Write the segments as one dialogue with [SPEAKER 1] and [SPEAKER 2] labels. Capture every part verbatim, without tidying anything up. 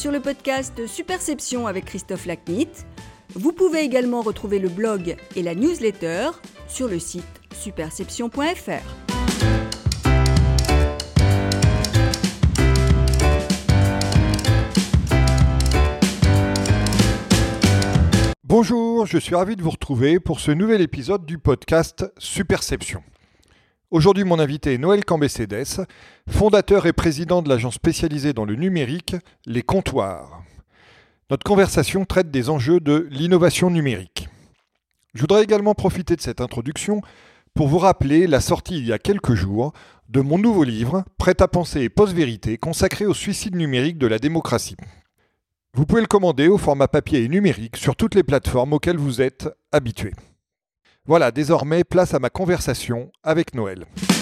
[SPEAKER 1] sur le podcast Superception avec Christophe Lacnit. Vous pouvez également retrouver le blog et la newsletter sur le site superception point f r.
[SPEAKER 2] Bonjour, je suis ravi de vous retrouver pour ce nouvel épisode du podcast Superception. Aujourd'hui, mon invité est Noël Cambécédès, fondateur et président de l'agence spécialisée dans le numérique, Les Comptoirs. Notre conversation traite des enjeux de l'innovation numérique. Je voudrais également profiter de cette introduction pour vous rappeler la sortie il y a quelques jours de mon nouveau livre, Prêt à penser et post-vérité, consacré au suicide numérique de la démocratie. Vous pouvez le commander au format papier et numérique sur toutes les plateformes auxquelles vous êtes habitués. Voilà, désormais, place à ma conversation avec Noël.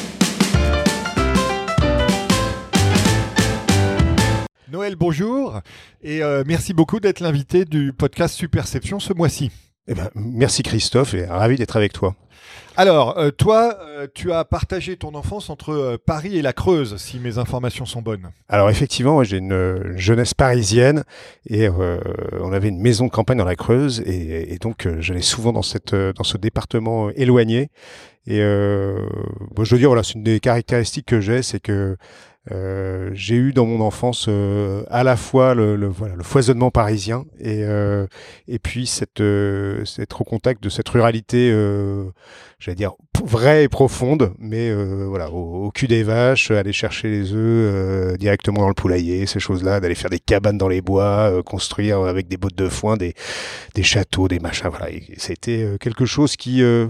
[SPEAKER 2] Noël, bonjour, et euh, merci beaucoup d'être l'invité du podcast Superception ce mois-ci.
[SPEAKER 3] Eh ben, merci Christophe, et ravi d'être avec toi.
[SPEAKER 2] Alors, euh, toi, euh, tu as partagé ton enfance entre euh, Paris et la Creuse, si mes informations sont bonnes.
[SPEAKER 3] Alors effectivement, j'ai une, une jeunesse parisienne et euh, on avait une maison de campagne dans la Creuse et, et donc euh, j'allais souvent dans, cette, dans ce département éloigné. Et euh, bon, je veux dire, voilà, c'est une des caractéristiques que j'ai, c'est que Euh, j'ai eu dans mon enfance euh, à la fois le, le, voilà, le foisonnement parisien et, euh, et puis cette, euh, être au contact de cette ruralité, euh, j'allais dire vraie et profonde, mais euh, voilà, au, au cul des vaches, aller chercher les œufs euh, directement dans le poulailler, ces choses-là, d'aller faire des cabanes dans les bois, euh, construire avec des bottes de foin des, des châteaux, des machins, voilà. Et c'était euh, quelque chose qui, euh,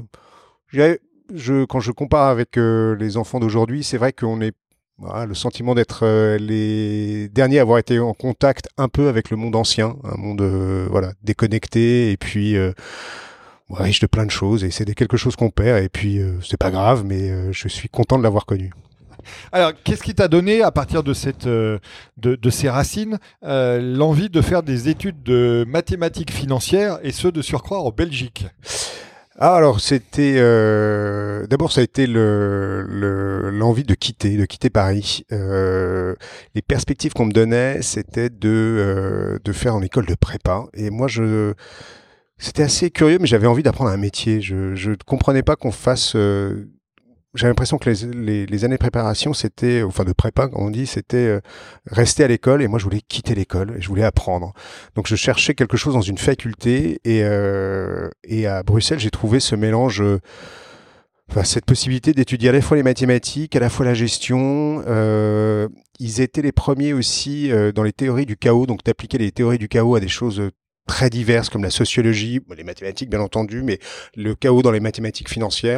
[SPEAKER 3] je, quand je compare avec euh, les enfants d'aujourd'hui, c'est vrai qu'on est Voilà, le sentiment d'être euh, les derniers à avoir été en contact un peu avec le monde ancien, un monde euh, voilà déconnecté et puis euh, riche de plein de choses, et c'est quelque chose qu'on perd et puis euh, c'est pas grave, mais euh, je suis content de l'avoir connu.
[SPEAKER 2] Alors, qu'est-ce qui t'a donné, à partir de, cette, euh, de, de ces racines, euh, l'envie de faire des études de mathématiques financières, et ce, de surcroît en Belgique ?
[SPEAKER 3] Ah, alors c'était euh, d'abord ça a été le, le l'envie de quitter de quitter Paris. Euh, les perspectives qu'on me donnait, c'était de euh, de faire en école de prépa, et moi je c'était assez curieux, mais j'avais envie d'apprendre un métier. Je je ne comprenais pas qu'on fasse euh, j'avais l'impression que les, les, les années de préparation, c'était, enfin de prépa, comme on dit, c'était euh, rester à l'école, et moi je voulais quitter l'école et je voulais apprendre. Donc je cherchais quelque chose dans une faculté, et, euh, et à Bruxelles, j'ai trouvé ce mélange, euh, enfin, cette possibilité d'étudier à la fois les mathématiques, à la fois la gestion. Euh, ils étaient les premiers aussi euh, dans les théories du chaos, donc d'appliquer les théories du chaos à des choses euh, très diverses comme la sociologie, les mathématiques bien entendu, mais le chaos dans les mathématiques financières.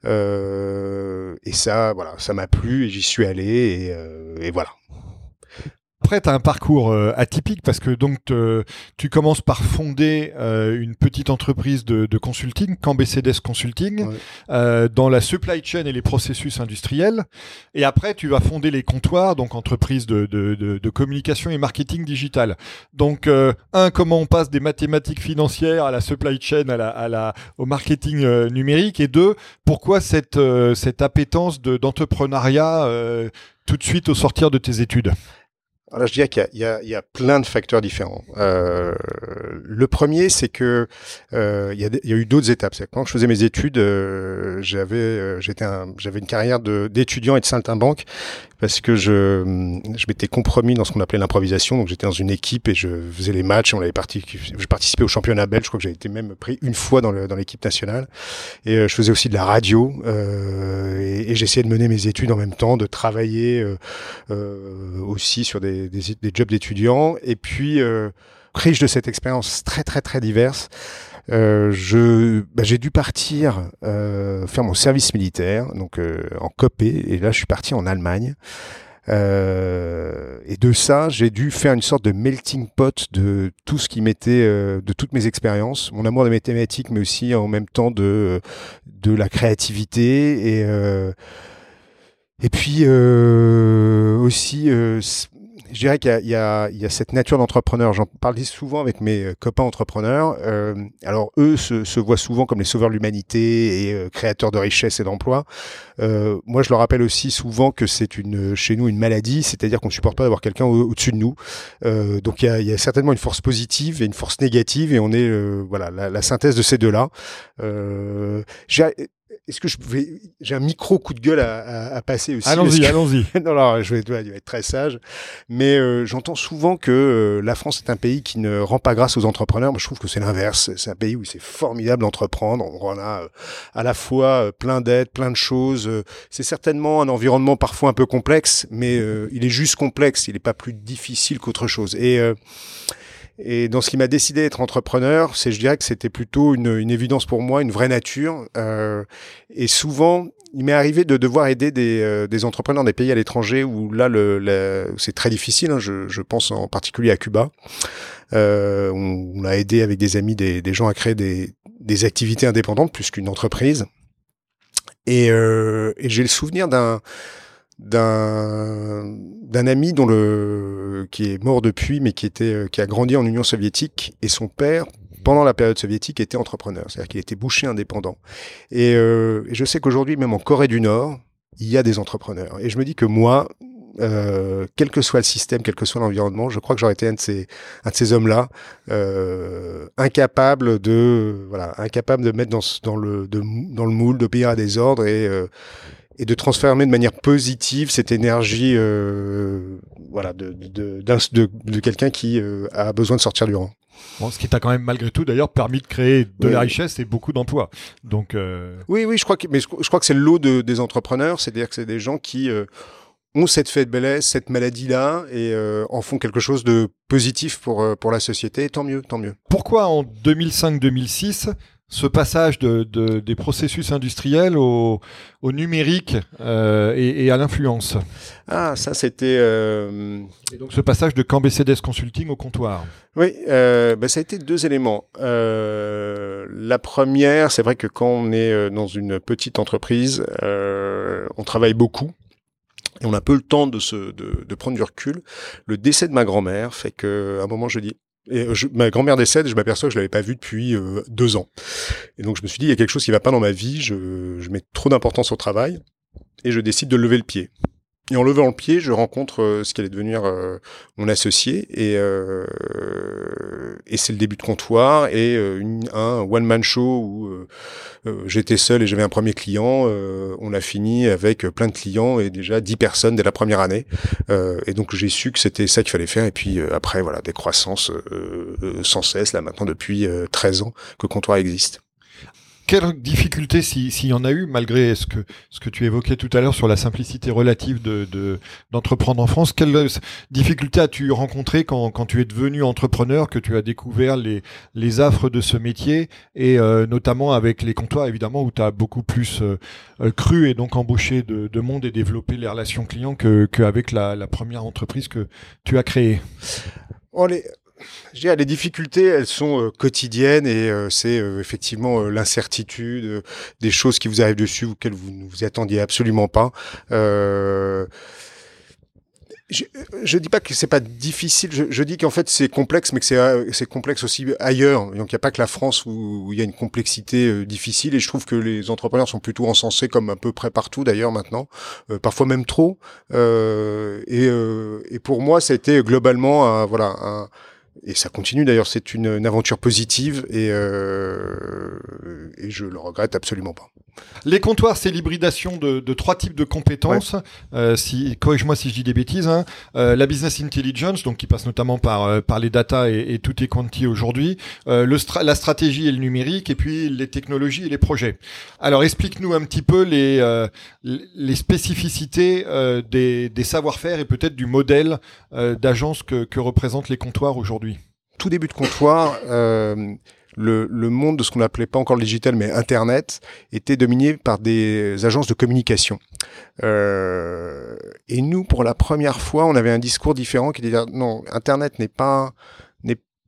[SPEAKER 3] Euh, et ça, voilà, ça m'a plu et j'y suis allé, et, euh, et voilà.
[SPEAKER 2] Après, tu as un parcours euh, atypique parce que donc te, tu commences par fonder euh, une petite entreprise de, de consulting, Cambécédès Consulting, ouais. euh, dans la supply chain et les processus industriels. Et après, tu vas fonder Les Comptoirs, donc entreprise de, de, de, de communication et marketing digital. Donc, euh, un, comment on passe des mathématiques financières à la supply chain, à la, à la, au marketing euh, numérique. Et deux, pourquoi cette, euh, cette appétence de, d'entrepreneuriat euh, tout de suite au sortir de tes études ?
[SPEAKER 3] Alors, je dirais qu'il y a, il y a, il y a plein de facteurs différents. Euh, le premier, c'est que euh, il y a, il y a eu d'autres étapes. C'est quand je faisais mes études, euh, j'avais, euh, j'étais, un, j'avais une carrière de, d'étudiant et de saltimbanque, parce que je, je m'étais compromis dans ce qu'on appelait l'improvisation. Donc, j'étais dans une équipe et je faisais les matchs. Et on avait parti, je participais au championnat belge. Je crois que j'avais été même pris une fois dans, le, dans l'équipe nationale. Et euh, je faisais aussi de la radio. Euh, et, et j'essayais de mener mes études en même temps, de travailler euh, euh, aussi sur des Des, des jobs d'étudiants, et puis euh, riche de cette expérience très très très diverse, euh, je bah, j'ai dû partir euh, faire mon service militaire, donc euh, en copé, et là je suis parti en Allemagne. Euh, et de ça, j'ai dû faire une sorte de melting pot de tout ce qui m'était, euh, de toutes mes expériences, mon amour des mathématiques, mais aussi en même temps de de la créativité, et euh, et puis euh, aussi euh, je dirais qu'il y a, il y a, il y a cette nature d'entrepreneur. J'en parle souvent avec mes copains entrepreneurs. Euh, alors eux se, se voient souvent comme les sauveurs de l'humanité et euh, créateurs de richesses et d'emplois. Euh, moi, je leur rappelle aussi souvent que c'est une, chez nous une maladie, c'est-à-dire qu'on ne supporte pas d'avoir quelqu'un au, au-dessus de nous. Euh, donc il y, a, il y a certainement une force positive et une force négative, et on est euh, voilà la, la synthèse de ces deux-là. Euh, j'ai, Est-ce que je pouvais... J'ai un micro coup de gueule à, à, à passer aussi.
[SPEAKER 2] Allons-y,
[SPEAKER 3] que...
[SPEAKER 2] allons-y.
[SPEAKER 3] non, non, je vais, je vais être très sage. Mais euh, j'entends souvent que euh, la France est un pays qui ne rend pas grâce aux entrepreneurs. Moi, je trouve que c'est l'inverse. C'est un pays où c'est formidable d'entreprendre. On en a euh, à la fois euh, plein d'aides, plein de choses. Euh, c'est certainement un environnement parfois un peu complexe, mais euh, il est juste complexe. Il n'est pas plus difficile qu'autre chose. Et... Euh, Et dans ce qui m'a décidé d'être entrepreneur, c'est, je dirais que c'était plutôt une, une évidence pour moi, une vraie nature. Euh, et souvent, il m'est arrivé de devoir aider des, euh, des entrepreneurs des pays à l'étranger où là, le, le, c'est très difficile. Hein, je, je pense en particulier à Cuba. Euh, on, on a aidé avec des amis des, des gens à créer des, des activités indépendantes plus qu'une entreprise. Et, euh, et j'ai le souvenir d'un d'un d'un ami dont le qui est mort depuis, mais qui était qui a grandi en Union soviétique, et son père pendant la période soviétique était entrepreneur, c'est-à-dire qu'il était boucher indépendant. Et, euh, et je sais qu'aujourd'hui, même en Corée du Nord, il y a des entrepreneurs. Et je me dis que moi, euh, quel que soit le système, quel que soit l'environnement, je crois que j'aurais été un de ces un de ces hommes-là, euh, incapable de voilà, incapable de mettre dans dans le de, dans le moule, d'obéir à des ordres et euh, et de transformer de manière positive cette énergie euh, voilà, de, de, de, de, de quelqu'un qui euh, a besoin de sortir du rang.
[SPEAKER 2] Bon, ce qui t'a quand même malgré tout d'ailleurs permis de créer de
[SPEAKER 3] oui.
[SPEAKER 2] la richesse et beaucoup d'emplois. Donc, euh...
[SPEAKER 3] Oui, oui, je crois que, mais je, je crois que c'est le lot de, des entrepreneurs, c'est-à-dire que c'est des gens qui euh, ont cette faiblesse, cette maladie-là, et euh, en font quelque chose de positif pour, pour la société, et tant mieux, tant mieux.
[SPEAKER 2] Pourquoi en deux mille cinq deux mille six ce passage de, de, des processus industriels au, au numérique euh, et, et à l'influence?
[SPEAKER 3] Ah, ça c'était... Euh...
[SPEAKER 2] Et donc ce passage de Cambécédès Consulting au comptoir.
[SPEAKER 3] Oui, euh, bah, ça a été deux éléments. Euh, la première, c'est vrai que quand on est dans une petite entreprise, euh, on travaille beaucoup. Et on a peu le temps de, se, de, de prendre du recul. Le décès de ma grand-mère fait qu'à un moment, je dis... Et je, ma grand-mère décède, je m'aperçois que je l'avais pas vue depuis euh, deux ans. Et donc je me suis dit, il y a quelque chose qui va pas dans ma vie, je, je mets trop d'importance au travail, et je décide de lever le pied. Et en levant le pied, je rencontre euh, ce qui allait devenir euh, mon associé, et, euh, et c'est le début de comptoir, et euh, une, un one-man show où euh, euh, j'étais seul et j'avais un premier client. Euh, on a fini avec plein de clients et déjà dix personnes dès la première année. Euh, et donc j'ai su que c'était ça qu'il fallait faire. Et puis euh, après, voilà, des croissances euh, euh, sans cesse, là maintenant depuis euh, treize ans que Comptoir existe.
[SPEAKER 2] Quelles difficultés, s'il si y en a eu, malgré ce que, ce que tu évoquais tout à l'heure sur la simplicité relative de, de, d'entreprendre en France, quelles difficultés as-tu rencontrées quand, quand tu es devenu entrepreneur, que tu as découvert les, les affres de ce métier, et euh, notamment avec les comptoirs, évidemment, où tu as beaucoup plus euh, cru et donc embauché de, de monde et développé les relations clients que, qu'avec la, la première entreprise que tu as créée?
[SPEAKER 3] Oh, les... Je dirais, les difficultés, elles sont euh, quotidiennes, et euh, c'est euh, effectivement euh, l'incertitude, euh, des choses qui vous arrivent dessus auxquelles vous ne vous attendiez absolument pas. Euh, je, je dis pas que c'est pas difficile, je, je dis qu'en fait c'est complexe, mais que c'est, c'est complexe aussi ailleurs. Donc il n'y a pas que la France où, où il y a une complexité euh, difficile, et je trouve que les entrepreneurs sont plutôt encensés comme à peu près partout d'ailleurs maintenant, euh, parfois même trop. Euh, et, euh, et pour moi, ça a été globalement un, voilà un et ça continue d'ailleurs, c'est une, une aventure positive, et, euh, et je le regrette absolument pas.
[SPEAKER 2] Les comptoirs, c'est l'hybridation de, de trois types de compétences. Ouais. Euh, si, corrige-moi si je dis des bêtises. Hein. Euh, la business intelligence, donc qui passe notamment par euh, par les data et, et tout est quanti aujourd'hui. Euh, le stra- la stratégie et le numérique, et puis les technologies et les projets. Alors explique-nous un petit peu les euh, les spécificités euh, des, des savoir-faire et peut-être du modèle euh, d'agence que que représentent les comptoirs aujourd'hui.
[SPEAKER 3] Tout début de comptoir. Euh... Le, le monde de ce qu'on n'appelait pas encore le digital, mais Internet, était dominé par des agences de communication. Euh, et nous, pour la première fois, on avait un discours différent qui était de dire non, Internet n'est pas, n'est,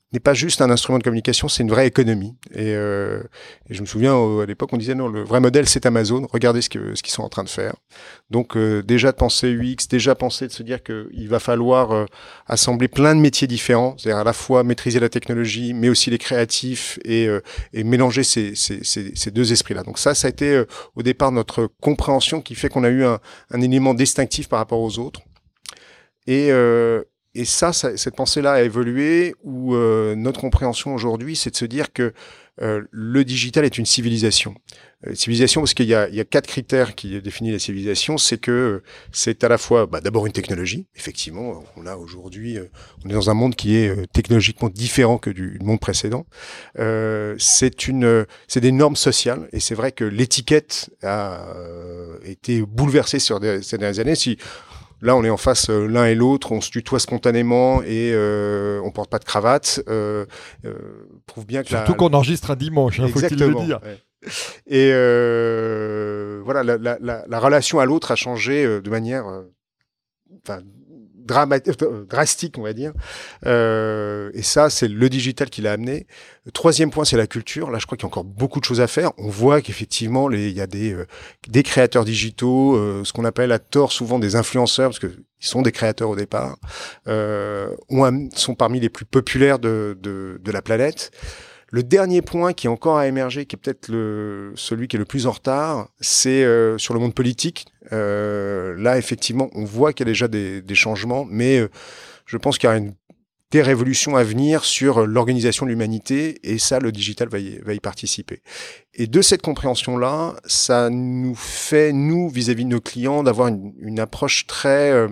[SPEAKER 3] n'est pas juste un instrument de communication, c'est une vraie économie. Et, euh, et je me souviens, euh, à l'époque, on disait non, le vrai modèle, c'est Amazon. Regardez ce que ce qu'ils sont en train de faire. Donc, euh, déjà de penser U X, déjà penser de se dire qu'il va falloir euh, assembler plein de métiers différents, c'est-à-dire à la fois maîtriser la technologie, mais aussi les créatifs et, euh, et mélanger ces, ces, ces, ces deux esprits-là. Donc ça, ça a été euh, au départ notre compréhension qui fait qu'on a eu un, un élément distinctif par rapport aux autres. Et euh, Et ça, ça, cette pensée-là a évolué, où euh, notre compréhension aujourd'hui, c'est de se dire que euh, le digital est une civilisation. Euh, civilisation parce qu'il y a, il y a quatre critères qui définissent la civilisation. C'est que c'est à la fois bah, d'abord une technologie. Effectivement, on a aujourd'hui, euh, on est dans un monde qui est euh, technologiquement différent que du monde précédent. Euh, c'est une, c'est des normes sociales. Et c'est vrai que l'étiquette a euh, été bouleversée sur des, ces dernières années. Si Là, on est en face euh, l'un et l'autre, on se tutoie spontanément et euh, on porte pas de cravate. Euh, euh, prouve bien que
[SPEAKER 2] surtout la... qu'on enregistre un dimanche, il faut qu'il le dire.
[SPEAKER 3] Ouais. Et euh, voilà, la, la, la, la relation à l'autre a changé euh, de manière, euh, enfin, dramatique, drastique, on va dire. Euh, et ça, c'est le digital qui l'a amené. Le troisième point, c'est la culture. Là, je crois qu'il y a encore beaucoup de choses à faire. On voit qu'effectivement, les, il y a des, euh, des créateurs digitaux, euh, ce qu'on appelle à tort souvent des influenceurs, parce que ils sont des créateurs au départ, euh, ont, sont parmi les plus populaires de, de, de la planète. Le dernier point qui est encore à émerger, qui est peut-être le, celui qui est le plus en retard, c'est euh, sur le monde politique. Euh, là, effectivement, on voit qu'il y a déjà des, des changements, mais euh, je pense qu'il y aura une des révolutions à venir sur l'organisation de l'humanité, et ça, le digital va y, va y participer. Et de cette compréhension-là, ça nous fait, nous, vis-à-vis de nos clients, d'avoir une, une approche très... Euh,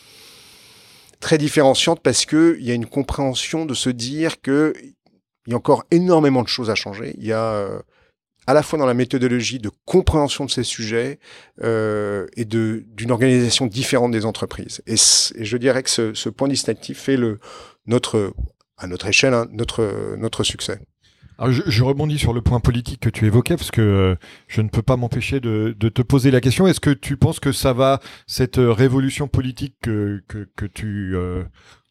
[SPEAKER 3] très différenciante, parce que il y a une compréhension de se dire que il y a encore énormément de choses à changer. Il y a euh, à la fois dans la méthodologie de compréhension de ces sujets euh, et de d'une organisation différente des entreprises. Et, et je dirais que ce, ce point distinctif fait le notre à notre échelle hein, notre notre succès.
[SPEAKER 2] Alors je, je rebondis sur le point politique que tu évoquais, parce que euh, je ne peux pas m'empêcher de, de te poser la question. Est-ce que tu penses que ça va, cette euh, révolution politique que, que, que tu... Euh,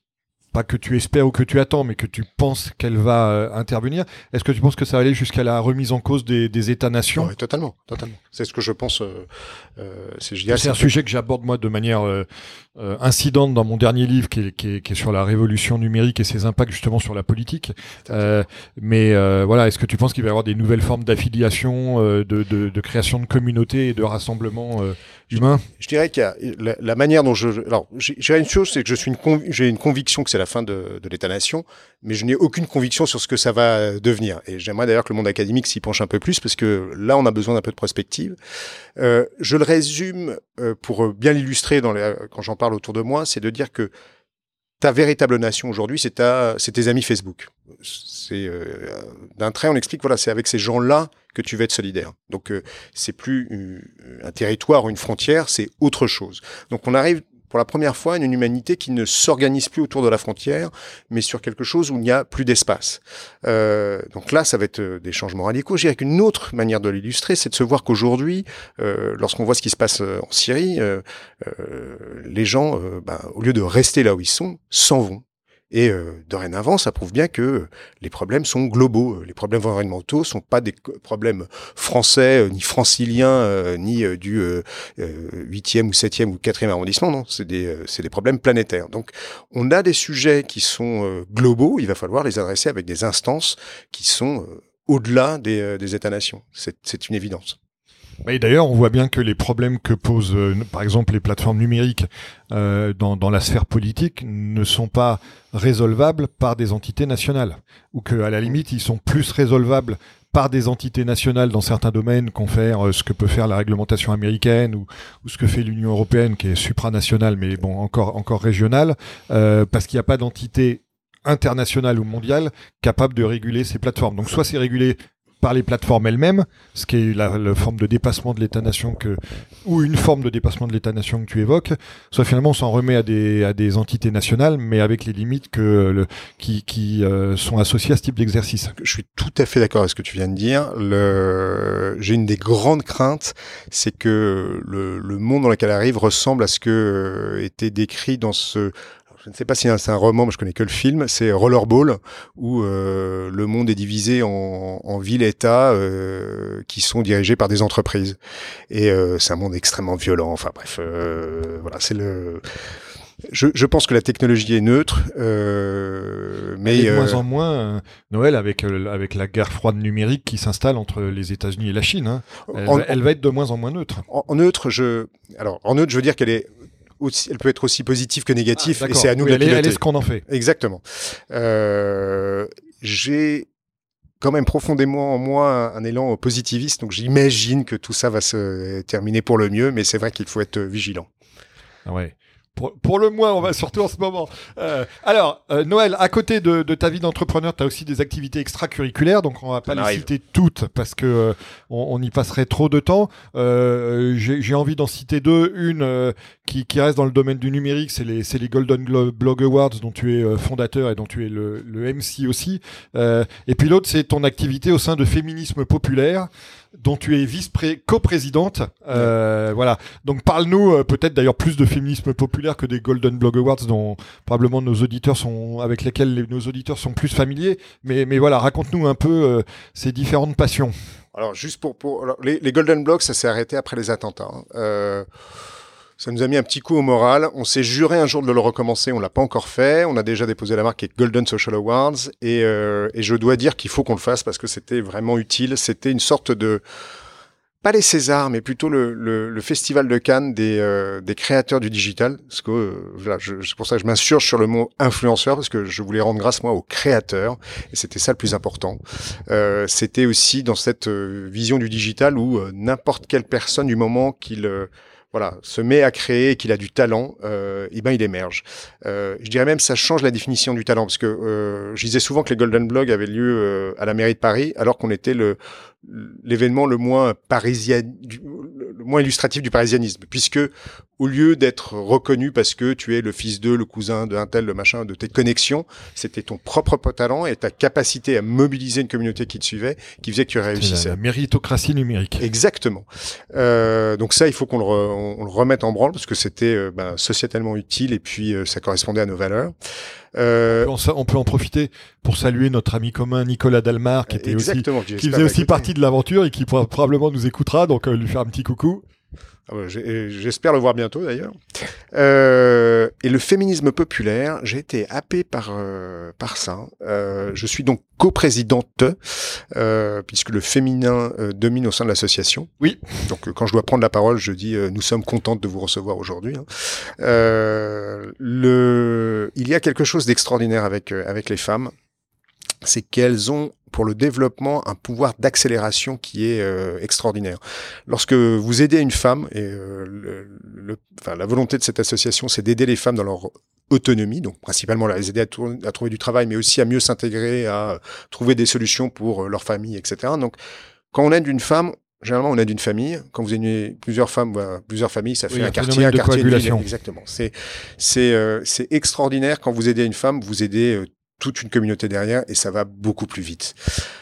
[SPEAKER 2] pas que tu espères ou que tu attends, mais que tu penses qu'elle va euh, intervenir, est-ce que tu penses que ça va aller jusqu'à la remise en cause des, des États-nations ?
[SPEAKER 3] Oui, totalement, totalement. C'est ce que je pense. Euh, euh, c'est je
[SPEAKER 2] dirais, c'est un sujet que j'aborde moi de manière euh, euh, incidente dans mon dernier livre, qui est, qui, est, qui est sur la révolution numérique et ses impacts justement sur la politique. Euh, mais euh, voilà, est-ce que tu penses qu'il va y avoir des nouvelles formes d'affiliation, euh, de, de, de création de communautés et de rassemblements euh, humains ?
[SPEAKER 3] Je, je dirais qu'il y a la, la manière dont je... Alors, j'ai, j'ai une chose, c'est que je suis une conv, j'ai une conviction que c'est la fin de, de l'État-nation, mais je n'ai aucune conviction sur ce que ça va devenir. Et j'aimerais d'ailleurs que le monde académique s'y penche un peu plus, parce que là, on a besoin d'un peu de prospective. Euh, je le résume euh, pour bien l'illustrer dans les, quand j'en parle autour de moi, c'est de dire que ta véritable nation aujourd'hui, c'est, ta, c'est tes amis Facebook. C'est euh, d'un trait, on explique, voilà, c'est avec ces gens-là que tu vas être solidaire. Donc, euh, c'est plus une, un territoire ou une frontière, c'est autre chose. Donc, on arrive pour la première fois à une humanité qui ne s'organise plus autour de la frontière, mais sur quelque chose où il n'y a plus d'espace. Euh, donc là, ça va être des changements radicaux. Je dirais qu'une autre manière de l'illustrer, c'est de se voir qu'aujourd'hui, euh, lorsqu'on voit ce qui se passe en Syrie, euh, euh, les gens, euh, ben, au lieu de rester là où ils sont, s'en vont. Et euh, dorénavant, ça prouve bien que les problèmes sont globaux. Les problèmes environnementaux sont pas des problèmes français, euh, ni franciliens, euh, ni euh, du huitième euh, ou septième ou quatrième arrondissement. Non, c'est des, euh, c'est des problèmes planétaires. Donc, on a des sujets qui sont euh, globaux. Il va falloir les adresser avec des instances qui sont euh, au-delà des, euh, des États-nations. C'est, c'est une évidence.
[SPEAKER 2] Et d'ailleurs, on voit bien que les problèmes que posent, euh, par exemple, les plateformes numériques euh, dans, dans la sphère politique ne sont pas résolvables par des entités nationales, ou qu'à la limite, ils sont plus résolvables par des entités nationales dans certains domaines, qu'on fait euh, ce que peut faire la réglementation américaine ou, ou ce que fait l'Union européenne, qui est supranationale, mais bon, encore encore régionale, euh, parce qu'il n'y a pas d'entité internationale ou mondiale capable de réguler ces plateformes. Donc, soit c'est régulé par les plateformes elles-mêmes, ce qui est la, la forme de dépassement de l'État-nation que, ou une forme de dépassement de l'État-nation que tu évoques, soit finalement on s'en remet à des, à des entités nationales, mais avec les limites que le, qui, qui euh, sont associées à ce type d'exercice.
[SPEAKER 3] Je suis tout à fait d'accord avec ce que tu viens de dire. Le... J'ai une des grandes craintes, c'est que le, le monde dans lequel on arrive ressemble à ce que euh, était décrit dans ce... je ne sais pas si c'est un roman, mais je connais que le film, c'est Rollerball, où euh, le monde est divisé en, en villes-États euh, qui sont dirigés par des entreprises. Et euh, c'est un monde extrêmement violent. Enfin bref, euh, voilà, c'est le... Je, je pense que la technologie est neutre, euh, mais
[SPEAKER 2] et de
[SPEAKER 3] euh,
[SPEAKER 2] moins en moins, euh, Noël, avec euh, avec la guerre froide numérique qui s'installe entre les États-Unis et la Chine, hein, elle,
[SPEAKER 3] en,
[SPEAKER 2] va, elle va être de moins en moins neutre.
[SPEAKER 3] En, en neutre, je, alors en neutre, je veux dire qu'elle est aussi, elle peut être aussi positive que négative,
[SPEAKER 2] ah,
[SPEAKER 3] et c'est à nous
[SPEAKER 2] oui,
[SPEAKER 3] de la
[SPEAKER 2] elle,
[SPEAKER 3] piloter.
[SPEAKER 2] elle est ce qu'on en fait.
[SPEAKER 3] Exactement. Euh, j'ai quand même profondément en moi un, un élan positiviste, donc j'imagine que tout ça va se terminer pour le mieux, mais c'est vrai qu'il faut être vigilant.
[SPEAKER 2] Ah ouais. Pour, pour le moins, on va surtout en ce moment. Euh, alors, euh, Noël, à côté de, de ta vie d'entrepreneur, tu as aussi des activités extracurriculaires, donc on va pas
[SPEAKER 3] Ça
[SPEAKER 2] les
[SPEAKER 3] arrive.
[SPEAKER 2] citer toutes parce que euh, on, on y passerait trop de temps. Euh, j'ai, j'ai envie d'en citer deux. Une euh, qui, qui reste dans le domaine du numérique, c'est les, c'est les Golden Glo- Blog Awards dont tu es euh, fondateur et dont tu es le, le M C aussi. Euh, et puis l'autre, c'est ton activité au sein de Féminisme Populaire, dont tu es vice-coprésidente. Euh, ouais. Voilà. Donc parle-nous euh, peut-être d'ailleurs plus de féminisme populaire que des Golden Blog Awards dont probablement nos auditeurs sont, avec lesquels les, nos auditeurs sont plus familiers. Mais, mais voilà, raconte-nous un peu euh, ces différentes passions.
[SPEAKER 3] Alors juste pour, pour alors, les, les Golden Blogs, ça s'est arrêté après les attentats. Hein. Euh, Ça nous a mis un petit coup au moral. On s'est juré un jour de le recommencer. On l'a pas encore fait. On a déjà déposé la marque qui est Golden Social Awards. Et, euh, et je dois dire qu'il faut qu'on le fasse parce que c'était vraiment utile. C'était une sorte de... Pas les Césars, mais plutôt le, le, le festival de Cannes des, euh, des créateurs du digital. Parce que euh, voilà, je, c'est pour ça que je m'insurge sur le mot influenceur, parce que je voulais rendre grâce, moi, aux créateurs. Et c'était ça le plus important. Euh, c'était aussi dans cette euh, vision du digital où euh, n'importe quelle personne, du moment qu'il... Euh, voilà, se met à créer et qu'il a du talent, euh, et ben il émerge. Euh, je dirais même ça change la définition du talent, parce que euh, je disais souvent que les Golden Blogs avaient lieu euh, à la mairie de Paris, alors qu'on était le l'événement le moins parisien, le moins illustratif du parisianisme, puisque au lieu d'être reconnu parce que tu es le fils d'eux, le cousin d'un tel, le machin, de tes connexions, c'était ton propre talent et ta capacité à mobiliser une communauté qui te suivait, qui faisait que tu réussissais.
[SPEAKER 2] La, la méritocratie numérique.
[SPEAKER 3] Exactement. Euh, donc ça, il faut qu'on le, re, on, on le remette en branle parce que c'était euh, ben, sociétalement utile et puis euh, ça correspondait à nos valeurs.
[SPEAKER 2] Euh, on, peut en, on peut en profiter pour saluer notre ami commun Nicolas Dalmar qui était aussi, qui faisait aussi partie de l'aventure et qui probablement nous écoutera, donc euh, lui faire un petit coucou.
[SPEAKER 3] Ah ouais, j'espère le voir bientôt d'ailleurs. Euh, et le féminisme populaire, j'ai été happé par euh, par ça. Euh, je suis donc coprésidente euh, puisque le féminin euh, domine au sein de l'association.
[SPEAKER 2] Oui.
[SPEAKER 3] Donc euh, quand je dois prendre la parole, je dis euh, nous sommes contentes de vous recevoir aujourd'hui. Hein. Euh, le, il y a quelque chose d'extraordinaire avec euh, avec les femmes, c'est qu'elles ont pour le développement un pouvoir d'accélération qui est euh, extraordinaire. Lorsque vous aidez une femme, et euh, le, le, enfin, la volonté de cette association, c'est d'aider les femmes dans leur autonomie, donc principalement les aider à, tourner, à trouver du travail, mais aussi à mieux s'intégrer, à trouver des solutions pour leur famille, et cetera. Donc, quand on aide une femme, généralement, on aide une famille. Quand vous aidez plusieurs femmes, bah, plusieurs familles, ça fait oui, un, un quartier, un quartier de ville. Exactement. C'est c'est euh, c'est extraordinaire quand vous aidez une femme, vous aidez euh, toute une communauté derrière et ça va beaucoup plus vite.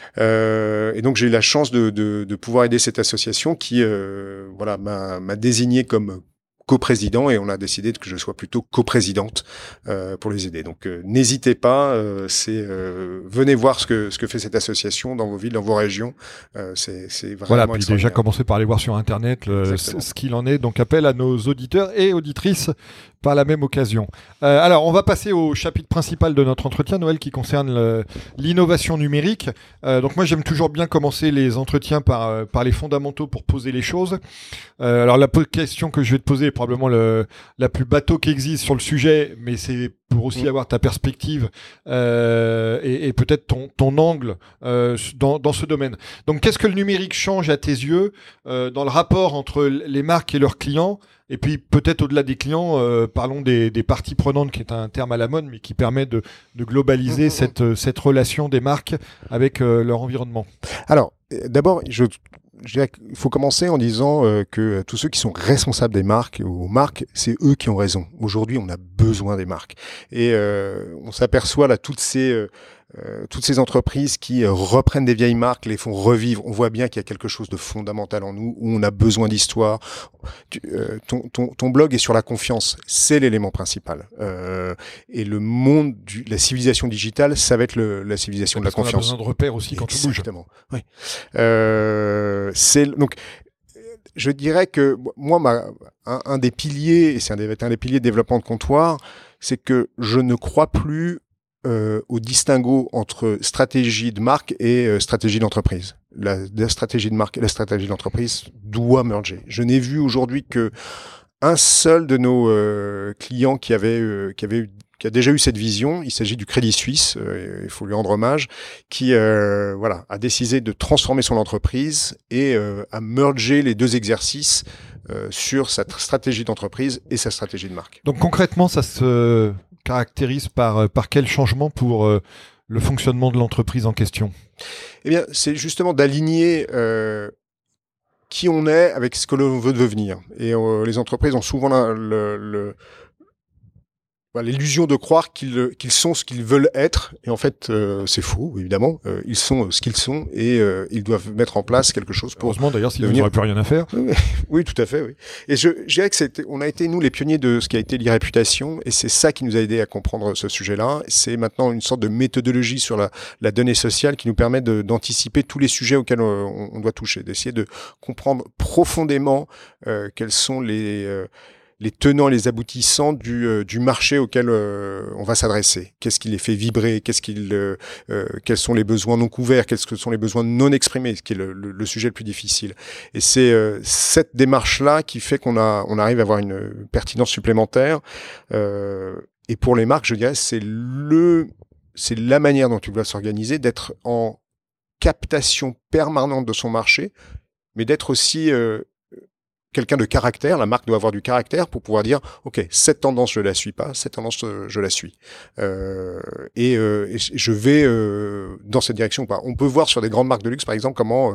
[SPEAKER 3] Euh, et donc j'ai eu la chance de, de, de pouvoir aider cette association qui euh, voilà m'a, m'a désigné comme coprésident et on a décidé que je sois plutôt coprésidente euh, pour les aider. Donc euh, n'hésitez pas, euh, c'est euh, venez voir ce que ce que fait cette association dans vos villes, dans vos régions. Euh, c'est c'est vraiment
[SPEAKER 2] voilà. Puis déjà commencez par aller voir sur internet le, ce qu'il en est. Donc appel à nos auditeurs et auditrices par la même occasion. Euh, alors, on va passer au chapitre principal de notre entretien, Noël, qui concerne le, l'innovation numérique. Euh, donc moi, j'aime toujours bien commencer les entretiens par, euh, par les fondamentaux pour poser les choses. Euh, alors, la question que je vais te poser est probablement le, la plus bateau qui existe sur le sujet, mais c'est pour aussi avoir ta perspective euh, et, et peut-être ton, ton angle euh, dans, dans ce domaine. Donc, qu'est-ce que le numérique change à tes yeux euh, dans le rapport entre les marques et leurs clients ? Et puis peut-être au-delà des clients, euh, parlons des, des parties prenantes, qui est un terme à la mode, mais qui permet de, de globaliser mmh. cette, cette relation des marques avec euh, leur environnement.
[SPEAKER 3] Alors, d'abord, je, je dirais qu'il faut commencer en disant euh, que tous ceux qui sont responsables des marques ou marques, c'est eux qui ont raison. Aujourd'hui, on a besoin des marques. Et euh, on s'aperçoit là toutes ces... Euh, euh, toutes ces entreprises qui euh, reprennent des vieilles marques, les font revivre. On voit bien qu'il y a quelque chose de fondamental en nous, où on a besoin d'histoire. Tu, euh, ton, ton, ton blog est sur la confiance, c'est l'élément principal. Euh, et le monde, du, la civilisation digitale, ça va être le, la civilisation de la confiance. On a
[SPEAKER 2] besoin de repères aussi quand tu bouges.
[SPEAKER 3] Exactement. Oui. Euh, c'est donc. Je dirais que moi, ma, un, un des piliers, et c'est un des, un des piliers de développement de comptoir, c'est que je ne crois plus euh, au distinguo entre stratégie de marque et euh, stratégie d'entreprise. La, la stratégie de marque et la stratégie d'entreprise doit merger. Je n'ai vu aujourd'hui que un seul de nos euh, clients qui avait, euh, qui avait eu qui a déjà eu cette vision. Il s'agit du Crédit Suisse, euh, il faut lui rendre hommage, qui euh, voilà, a décidé de transformer son entreprise et euh, a mergé les deux exercices euh, sur sa stratégie d'entreprise et sa stratégie de marque.
[SPEAKER 2] Donc concrètement, ça se caractérise par, par quel changement pour euh, le fonctionnement de l'entreprise en question ?
[SPEAKER 3] Eh bien, c'est justement d'aligner euh, qui on est avec ce que l'on veut devenir. Et euh, les entreprises ont souvent la, le... le Bah, l'illusion de croire qu'ils, qu'ils sont ce qu'ils veulent être, et en fait euh, c'est faux, évidemment. Euh, ils sont ce qu'ils sont et euh, ils doivent mettre en place quelque chose pour.
[SPEAKER 2] Heureusement d'ailleurs, s'ils
[SPEAKER 3] devenir...
[SPEAKER 2] n'auraient plus rien à faire.
[SPEAKER 3] Oui, oui, tout à fait. Oui. Et je, je dirais que c'était, on a été nous les pionniers de ce qui a été l'e-réputation, et c'est ça qui nous a aidé à comprendre ce sujet-là. C'est maintenant une sorte de méthodologie sur la, la donnée sociale qui nous permet de, d'anticiper tous les sujets auxquels on, on doit toucher, d'essayer de comprendre profondément euh, quels sont les euh, les tenants et les aboutissants du, euh, du marché auquel euh, on va s'adresser. Qu'est-ce qui les fait vibrer ? Qu'est-ce qu'il, euh, euh, quels sont les besoins non couverts ? Quels sont les besoins non exprimés ? Ce qui est le, le, le sujet le plus difficile. Et c'est euh, cette démarche-là qui fait qu'on a, on arrive à avoir une pertinence supplémentaire. Euh, et pour les marques, je dirais, c'est le, c'est la manière dont tu dois s'organiser, d'être en captation permanente de son marché, mais d'être aussi euh, quelqu'un de caractère. La marque doit avoir du caractère pour pouvoir dire ok, cette tendance je la suis pas, cette tendance je la suis euh, et, euh, et je vais euh, dans cette direction ou pas. On peut voir sur des grandes marques de luxe par exemple comment euh,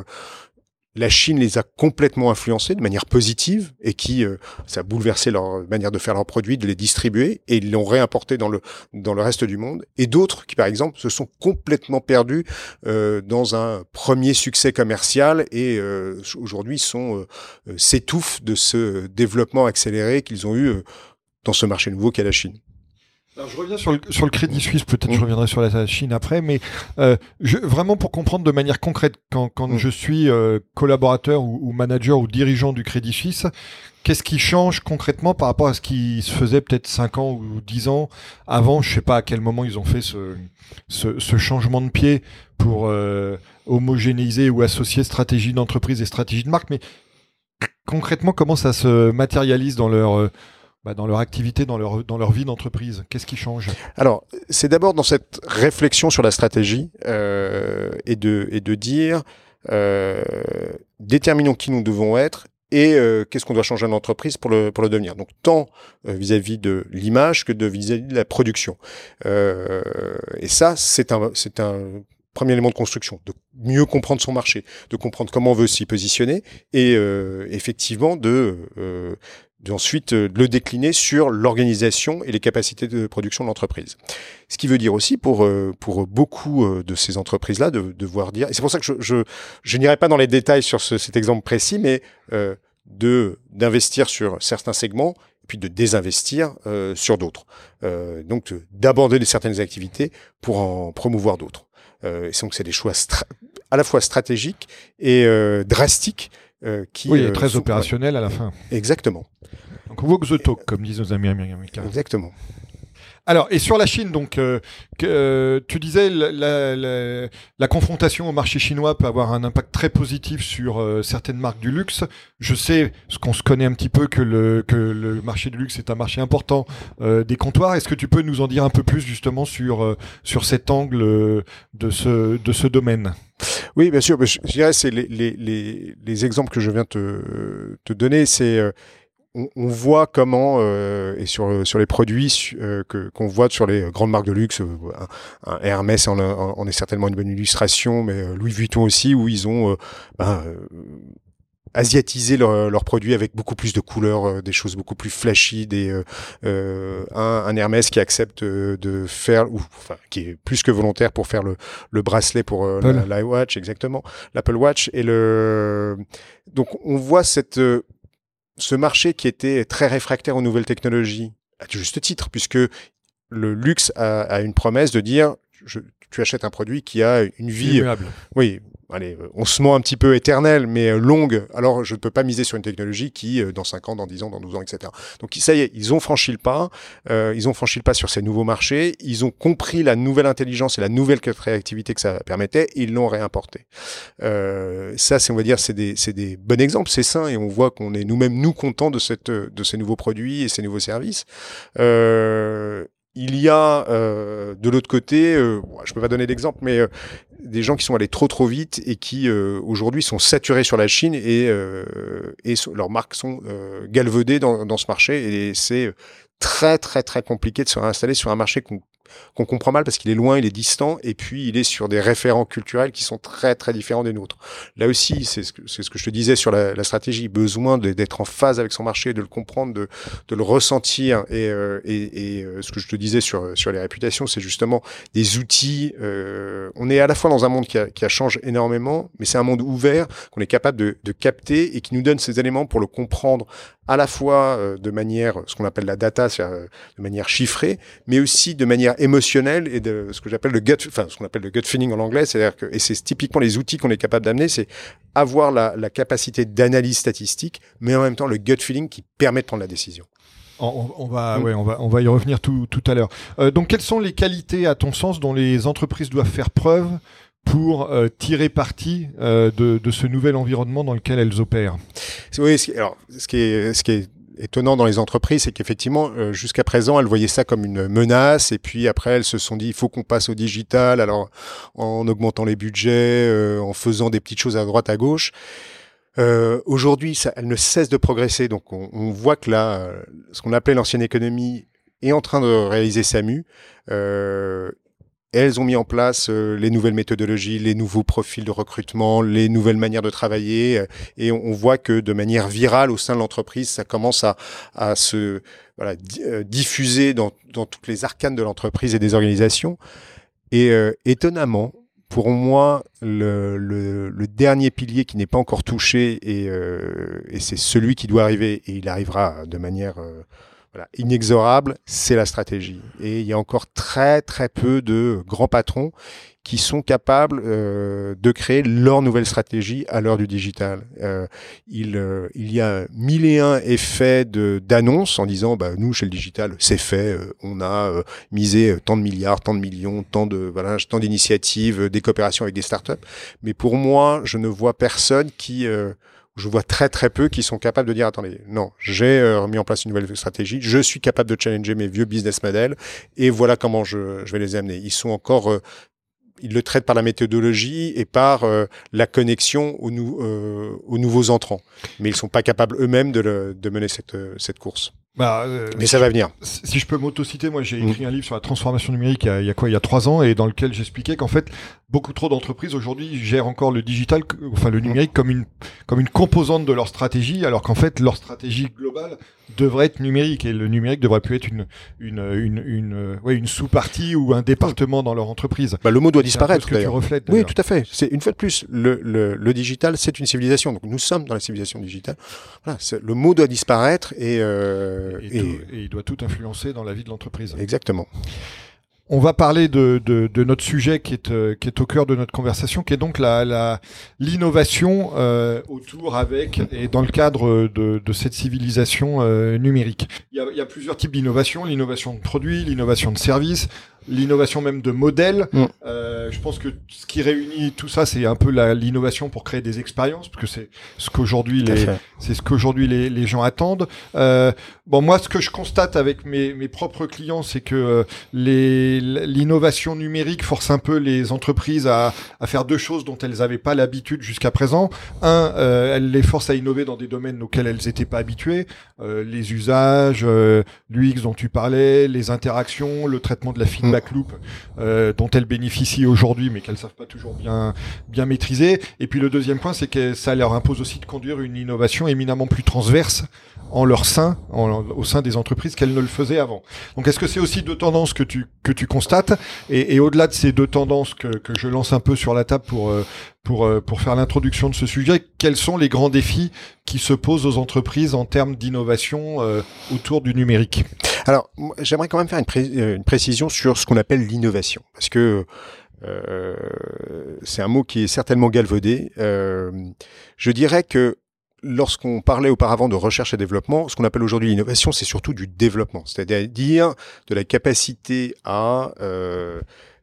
[SPEAKER 3] la Chine les a complètement influencés de manière positive et qui euh, ça a bouleversé leur manière de faire leurs produits, de les distribuer, et ils l'ont réimporté dans le dans le reste du monde. Et d'autres qui, par exemple, se sont complètement perdus euh, dans un premier succès commercial et euh, aujourd'hui sont euh, s'étouffent de ce développement accéléré qu'ils ont eu euh, dans ce marché nouveau qu'est la Chine.
[SPEAKER 2] Alors, je reviens sur le, sur le Crédit Suisse, peut-être mmh. je reviendrai sur la Chine après, mais euh, je, vraiment pour comprendre de manière concrète, quand, quand mmh. je suis euh, collaborateur ou, ou manager ou dirigeant du Crédit Suisse, qu'est-ce qui change concrètement par rapport à ce qui se faisait peut-être cinq ans ou dix ans avant ? Je sais pas à quel moment ils ont fait ce, ce, ce changement de pied pour euh, homogénéiser ou associer stratégie d'entreprise et stratégie de marque, mais concrètement, comment ça se matérialise dans leur... Euh, Bah dans leur activité, dans leur, dans leur vie d'entreprise? Qu'est-ce qui change?
[SPEAKER 3] Alors, c'est d'abord dans cette réflexion sur la stratégie euh, et, de, et de dire euh, déterminons qui nous devons être et euh, qu'est-ce qu'on doit changer en entreprise pour le, pour le devenir. Donc, tant euh, vis-à-vis de l'image que de vis-à-vis de la production. Euh, et ça, c'est un, c'est un premier élément de construction, de mieux comprendre son marché, de comprendre comment on veut s'y positionner et euh, effectivement de... Euh, d'ensuite euh, le décliner sur l'organisation et les capacités de production de l'entreprise. Ce qui veut dire aussi pour euh, pour beaucoup euh, de ces entreprises-là de devoir dire, et c'est pour ça que je je, je n'irai pas dans les détails sur ce, cet exemple précis, mais euh, de d'investir sur certains segments et puis de désinvestir euh, sur d'autres. Euh, donc de, d'abandonner certaines activités pour en promouvoir d'autres. Euh, et donc c'est des choix stra- à la fois stratégiques et euh, drastiques. Euh, qui,
[SPEAKER 2] oui, et
[SPEAKER 3] euh,
[SPEAKER 2] très
[SPEAKER 3] sont,
[SPEAKER 2] opérationnel
[SPEAKER 3] ouais.
[SPEAKER 2] à la fin.
[SPEAKER 3] Exactement.
[SPEAKER 2] Donc walk the talk, comme disent nos amis américains.
[SPEAKER 3] Exactement.
[SPEAKER 2] Alors, et sur la Chine, donc, euh, que, euh, tu disais la, la, la, la confrontation au marché chinois peut avoir un impact très positif sur euh, certaines marques du luxe. Je sais, ce qu'on se connaît un petit peu, que le, que le marché du luxe est un marché important euh, des comptoirs. Est-ce que tu peux nous en dire un peu plus justement sur euh, sur cet angle euh, de ce de ce domaine?
[SPEAKER 3] Oui, bien sûr. Je, je dirais c'est les, les les les exemples que je viens te te donner, c'est euh, On, on voit comment, euh, et sur sur les produits euh, que qu'on voit sur les grandes marques de luxe, euh, un, un Hermès en, en est certainement une bonne illustration, mais euh, Louis Vuitton aussi, où ils ont euh, ben, euh, asiatiser leurs leur produits avec beaucoup plus de couleurs, euh, des choses beaucoup plus flashy, des euh, euh, un, un Hermès qui accepte euh, de faire, ou enfin qui est plus que volontaire pour faire le, le bracelet pour euh, l'iWatch, exactement, l'Apple Watch. Et le donc on voit cette euh, ce marché qui était très réfractaire aux nouvelles technologies, à juste titre, puisque le luxe a, a une promesse de dire je, tu achètes un produit qui a une vie,
[SPEAKER 2] immuable.
[SPEAKER 3] Oui, allez, on se ment un petit peu éternelle, mais longue. Alors je ne peux pas miser sur une technologie qui, dans cinq ans, dans dix ans, dans douze ans, et cetera. Donc ça y est, ils ont franchi le pas. Euh, ils ont franchi le pas sur ces nouveaux marchés. Ils ont compris la nouvelle intelligence et la nouvelle réactivité que ça permettait. Et ils l'ont réimporté. Euh, ça, c'est on va dire, c'est des, c'est des bons exemples, c'est sain, et on voit qu'on est nous-mêmes nous contents de cette, de ces nouveaux produits et ces nouveaux services. Euh, Il y a euh, de l'autre côté, euh, je peux pas donner d'exemple, mais euh, des gens qui sont allés trop trop vite et qui euh, aujourd'hui sont saturés sur la Chine et, euh, et so, leurs marques sont euh, galvaudées dans, dans ce marché, et c'est très très très compliqué de se réinstaller sur un marché qu'on qu'on comprend mal parce qu'il est loin, il est distant, et puis il est sur des référents culturels qui sont très très différents des nôtres. Là aussi, c'est ce que, c'est ce que je te disais sur la, la stratégie, besoin de, d'être en phase avec son marché, de le comprendre, de, de le ressentir, et, euh, et, et euh, ce que je te disais sur, sur les réputations, c'est justement des outils. Euh, on est à la fois dans un monde qui a, qui a changé énormément, mais c'est un monde ouvert qu'on est capable de, de capter et qui nous donne ces éléments pour le comprendre à la fois euh, de manière, ce qu'on appelle la data, c'est-à-dire euh, de manière chiffrée, mais aussi de manière émotionnelle et de ce que j'appelle le gut, enfin ce qu'on appelle le gut feeling en anglais, c'est-à-dire que, et c'est typiquement les outils qu'on est capable d'amener, c'est avoir la, la capacité d'analyse statistique, mais en même temps le gut feeling qui permet de prendre la décision.
[SPEAKER 2] On, on, va, mmh. ouais, on, va, on va y revenir tout, tout à l'heure. Euh, donc, quelles sont les qualités, à ton sens, dont les entreprises doivent faire preuve pour euh, tirer parti euh, de, de ce nouvel environnement dans lequel elles opèrent?
[SPEAKER 3] Oui, ce qui, alors, ce qui est, ce qui est étonnant dans les entreprises, c'est qu'effectivement, euh, jusqu'à présent, elles voyaient ça comme une menace, et puis après, elles se sont dit, il faut qu'on passe au digital, alors en augmentant les budgets, euh, en faisant des petites choses à droite, à gauche. Euh, aujourd'hui, ça, elle ne cesse de progresser, donc on, on voit que là, euh, ce qu'on appelait l'ancienne économie est en train de réaliser sa mue. Euh, elles ont mis en place euh, les nouvelles méthodologies, les nouveaux profils de recrutement, les nouvelles manières de travailler, euh, et on, on voit que de manière virale au sein de l'entreprise, ça commence à, à se voilà, di- euh, diffuser dans, dans toutes les arcanes de l'entreprise et des organisations. Et euh, étonnamment, pour moi, le, le, le dernier pilier qui n'est pas encore touché, et, euh, et c'est celui qui doit arriver, et il arrivera de manière euh, voilà, inexorable, c'est la stratégie. Et il y a encore très très peu de grands patrons qui sont capables euh, de créer leur nouvelle stratégie à l'heure du digital. Euh, il, euh, il y a mille et un effets de, d'annonces en disant bah, « nous, chez le digital, c'est fait, euh, on a euh, misé tant de milliards, tant de millions, tant, de, voilà, tant d'initiatives, euh, des coopérations avec des startups ». Mais pour moi, je ne vois personne qui... Euh, je vois très très peu qui sont capables de dire « Attendez, non, j'ai euh, mis en place une nouvelle stratégie, je suis capable de challenger mes vieux business models et voilà comment je, je vais les amener ». Ils sont encore... Euh, ils le traitent par la méthodologie et par euh, la connexion aux, nou- euh, aux nouveaux entrants. Mais ils sont pas capables eux-mêmes de, le, de mener cette, cette course.
[SPEAKER 2] Bah, euh,
[SPEAKER 3] Mais ça va venir.
[SPEAKER 2] Si je peux m'auto-citer, moi j'ai écrit mmh. un livre sur la transformation numérique il y a, il y a quoi, il y a trois ans, et dans lequel j'expliquais qu'en fait beaucoup trop d'entreprises aujourd'hui gèrent encore le digital, enfin le numérique comme une comme une composante de leur stratégie, alors qu'en fait leur stratégie globale devrait être numérique, et le numérique devrait plus être une une une une, ouais, une sous-partie ou un département dans leur entreprise.
[SPEAKER 3] Bah, le mot doit c'est disparaître.
[SPEAKER 2] Ce que tu reflètes,
[SPEAKER 3] oui, tout à fait. C'est une fois de plus le le, le digital, c'est une civilisation. Donc nous sommes dans la civilisation digitale. Voilà, c'est, le mot doit disparaître et euh,
[SPEAKER 2] Et, et, tout, et il doit tout influencer dans la vie de l'entreprise.
[SPEAKER 3] Exactement.
[SPEAKER 2] On va parler de, de, de notre sujet qui est, euh, qui est au cœur de notre conversation, qui est donc la, la, l'innovation euh, autour avec et dans le cadre de, de cette civilisation euh, numérique. Il y, a, il y a plusieurs types d'innovation, l'innovation de produits, l'innovation de services, l'innovation même de modèles. Mmh. Euh, je pense que ce qui réunit tout ça, c'est un peu la, l'innovation pour créer des expériences, parce que c'est ce qu'aujourd'hui les, c'est ce qu'aujourd'hui les, les gens attendent. Euh, bon, moi, ce que je constate avec mes, mes propres clients, c'est que euh, les, l'innovation numérique force un peu les entreprises à, à faire deux choses dont elles n'avaient pas l'habitude jusqu'à présent. Un, euh, elle les force à innover dans des domaines auxquels elles n'étaient pas habituées, euh, les usages, euh, l'U X dont tu parlais, les interactions, le traitement de la feedback. feedback loop euh, dont elles bénéficient aujourd'hui, mais qu'elles savent pas toujours bien bien maîtriser. Et puis le deuxième point, c'est que ça leur impose aussi de conduire une innovation éminemment plus transverse en leur sein, en, au sein des entreprises qu'elles ne le faisaient avant. Donc, est-ce que c'est aussi deux tendances que tu que tu constates et, et au-delà de ces deux tendances que que je lance un peu sur la table pour euh, pour pour faire l'introduction de ce sujet, quels sont les grands défis qui se posent aux entreprises en termes d'innovation euh, autour du numérique?
[SPEAKER 3] Alors, moi, j'aimerais quand même faire une, pré- une précision sur ce qu'on appelle l'innovation, parce que euh, c'est un mot qui est certainement galvaudé. Euh, je dirais que lorsqu'on parlait auparavant de recherche et développement, ce qu'on appelle aujourd'hui l'innovation, c'est surtout du développement, c'est-à-dire de la capacité à euh,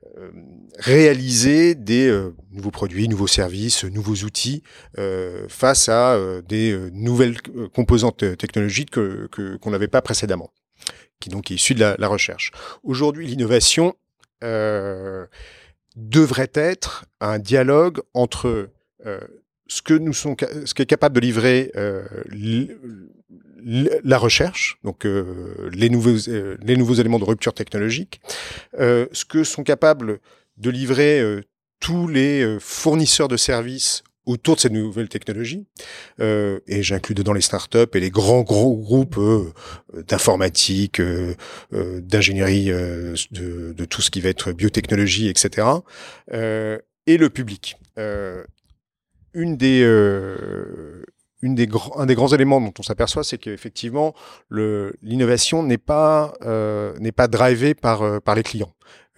[SPEAKER 3] réaliser des euh, nouveaux produits, nouveaux services, nouveaux outils euh, face à euh, des euh, nouvelles euh, composantes technologiques que, que, qu'on n'avait pas précédemment, qui donc est issu de la, la recherche. Aujourd'hui, l'innovation euh, devrait être un dialogue entre euh, ce que nous sommes, ce qu'est capable de livrer euh, l, l, la recherche, donc euh, les nouveaux euh, les nouveaux éléments de rupture technologique, euh, ce que sont capables de livrer euh, tous les euh, fournisseurs de services autour de ces nouvelles technologies, euh, et j'inclus dedans les startups et les grands gros groupes euh, d'informatique, euh, euh, d'ingénierie, euh, de, de tout ce qui va être biotechnologie, et cetera. Euh, et le public. Euh, une des, euh, une des gr- un des grands éléments dont on s'aperçoit, c'est qu'effectivement, le, l'innovation n'est pas euh, n'est pas drivée par euh, par les clients.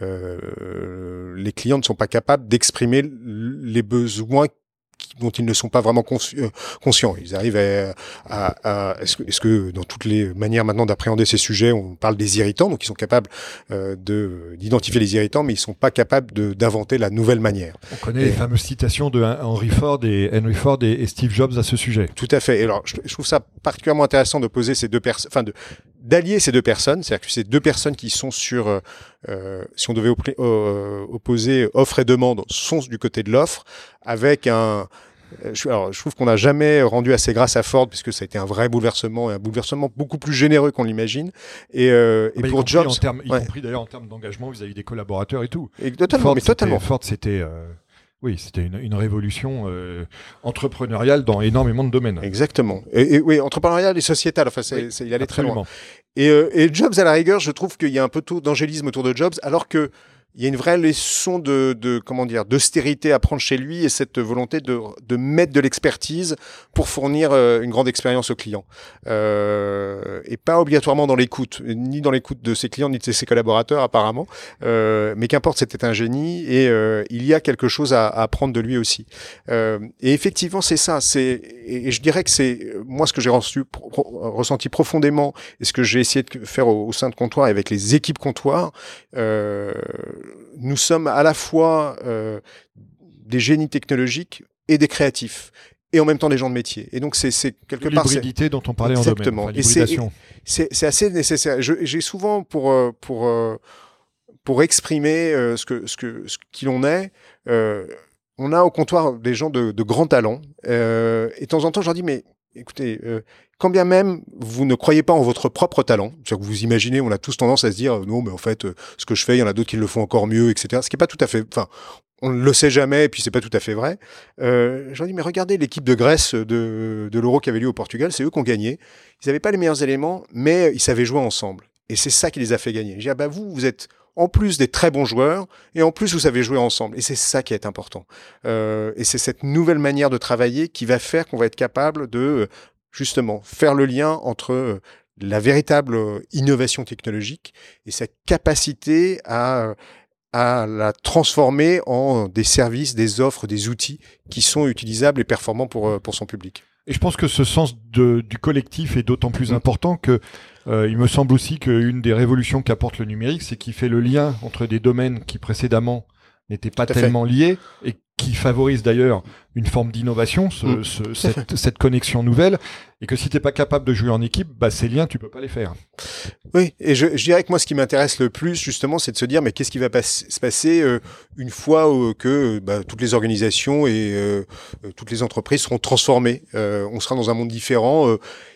[SPEAKER 3] Euh, les clients ne sont pas capables d'exprimer les besoins dont ils ne sont pas vraiment consci- euh, conscients. Ils arrivent à... à, à est-ce, que, est-ce que dans toutes les manières maintenant d'appréhender ces sujets, on parle des irritants, donc ils sont capables euh, de, d'identifier les irritants, mais ils ne sont pas capables de, d'inventer la nouvelle manière.
[SPEAKER 2] On connaît
[SPEAKER 3] et,
[SPEAKER 2] les fameuses citations de Henry Ford et, Henry Ford et, et Steve Jobs à ce sujet.
[SPEAKER 3] Tout à fait. Et alors, je, je trouve ça particulièrement intéressant de poser ces deux personnes, enfin de d'allier ces deux personnes, c'est-à-dire que ces deux personnes qui sont sur, euh, si on devait op- euh, opposer offre et demande, sont du côté de l'offre, avec un... Je, alors, je trouve qu'on n'a jamais rendu assez grâce à Ford, puisque ça a été un vrai bouleversement, et un bouleversement beaucoup plus généreux qu'on l'imagine. Et, euh, et
[SPEAKER 2] bah,
[SPEAKER 3] pour
[SPEAKER 2] y
[SPEAKER 3] Jobs...
[SPEAKER 2] En termes, y
[SPEAKER 3] ouais.
[SPEAKER 2] compris d'ailleurs en termes d'engagement vis-à-vis des collaborateurs et tout.
[SPEAKER 3] Et totalement,
[SPEAKER 2] Ford,
[SPEAKER 3] mais totalement.
[SPEAKER 2] Ford, c'était... Euh... Oui, c'était une, une révolution euh, entrepreneuriale dans énormément de domaines.
[SPEAKER 3] Exactement. Et, et oui, entrepreneuriale et sociétale. Enfin, c'est,
[SPEAKER 2] oui,
[SPEAKER 3] c'est, il allait
[SPEAKER 2] absolument.
[SPEAKER 3] très loin. Et, euh, et Jobs, à la rigueur, je trouve qu'il y a un peu tout d'angélisme autour de Jobs, alors que il y a une vraie leçon de, de comment dire, d'austérité à prendre chez lui et cette volonté de, de mettre de l'expertise pour fournir euh, une grande expérience aux clients. Euh, et pas obligatoirement dans l'écoute, ni dans l'écoute de ses clients, ni de ses collaborateurs apparemment. Euh, mais qu'importe, c'était un génie et euh, il y a quelque chose à, à apprendre de lui aussi. Euh, et effectivement, c'est ça. C'est, et je dirais que c'est moi ce que j'ai reçu, pro, ressenti profondément et ce que j'ai essayé de faire au, au sein de Comptoir et avec les équipes Comptoir. Euh, Nous sommes à la fois euh, des génies technologiques et des créatifs, et en même temps des gens de métier. Et donc c'est, c'est quelque part
[SPEAKER 2] l'hybridité dont on parlait
[SPEAKER 3] exactement.
[SPEAKER 2] en domaine.
[SPEAKER 3] Enfin, et c'est, c'est, c'est assez nécessaire. Je, j'ai souvent pour pour pour exprimer euh, ce que ce que ce qui l'on est. Euh, on a au comptoir des gens de, de grands talents, euh, et de temps en temps je leur dis mais écoutez, euh, quand bien même vous ne croyez pas en votre propre talent, c'est-à-dire que vous imaginez, on a tous tendance à se dire non, mais en fait, euh, ce que je fais, il y en a d'autres qui le font encore mieux, et cetera. Ce qui est pas tout à fait, enfin, on ne le sait jamais, et puis c'est pas tout à fait vrai. Euh, j'en dis mais regardez l'équipe de Grèce de, de l'Euro qui avait lieu au Portugal, c'est eux qui ont gagné. Ils n'avaient pas les meilleurs éléments, mais ils savaient jouer ensemble, et c'est ça qui les a fait gagner. Je dis ah bah vous, vous êtes en plus des très bons joueurs, et en plus vous savez jouer ensemble. Et c'est ça qui est important. Euh, et c'est cette nouvelle manière de travailler qui va faire qu'on va être capable de, justement, faire le lien entre la véritable innovation technologique et sa capacité à, à la transformer en des services, des offres, des outils qui sont utilisables et performants pour, pour son public.
[SPEAKER 2] Et je pense que ce sens de, du collectif est d'autant plus mmh. important que euh, il me semble aussi qu'une des révolutions qu'apporte le numérique, c'est qu'il fait le lien entre des domaines qui précédemment n'étaient pas tellement fait. liés et qui favorise d'ailleurs une forme d'innovation, ce, mmh. ce, cette, cette connexion nouvelle, et que si tu n'es pas capable de jouer en équipe, bah, ces liens, tu peux pas les faire.
[SPEAKER 3] Oui, et je, je dirais que moi, ce qui m'intéresse le plus, justement, c'est de se dire, mais qu'est-ce qui va pas, se passer euh, une fois euh, que bah, toutes les organisations et euh, toutes les entreprises seront transformées. Euh, on sera dans un monde différent. Euh,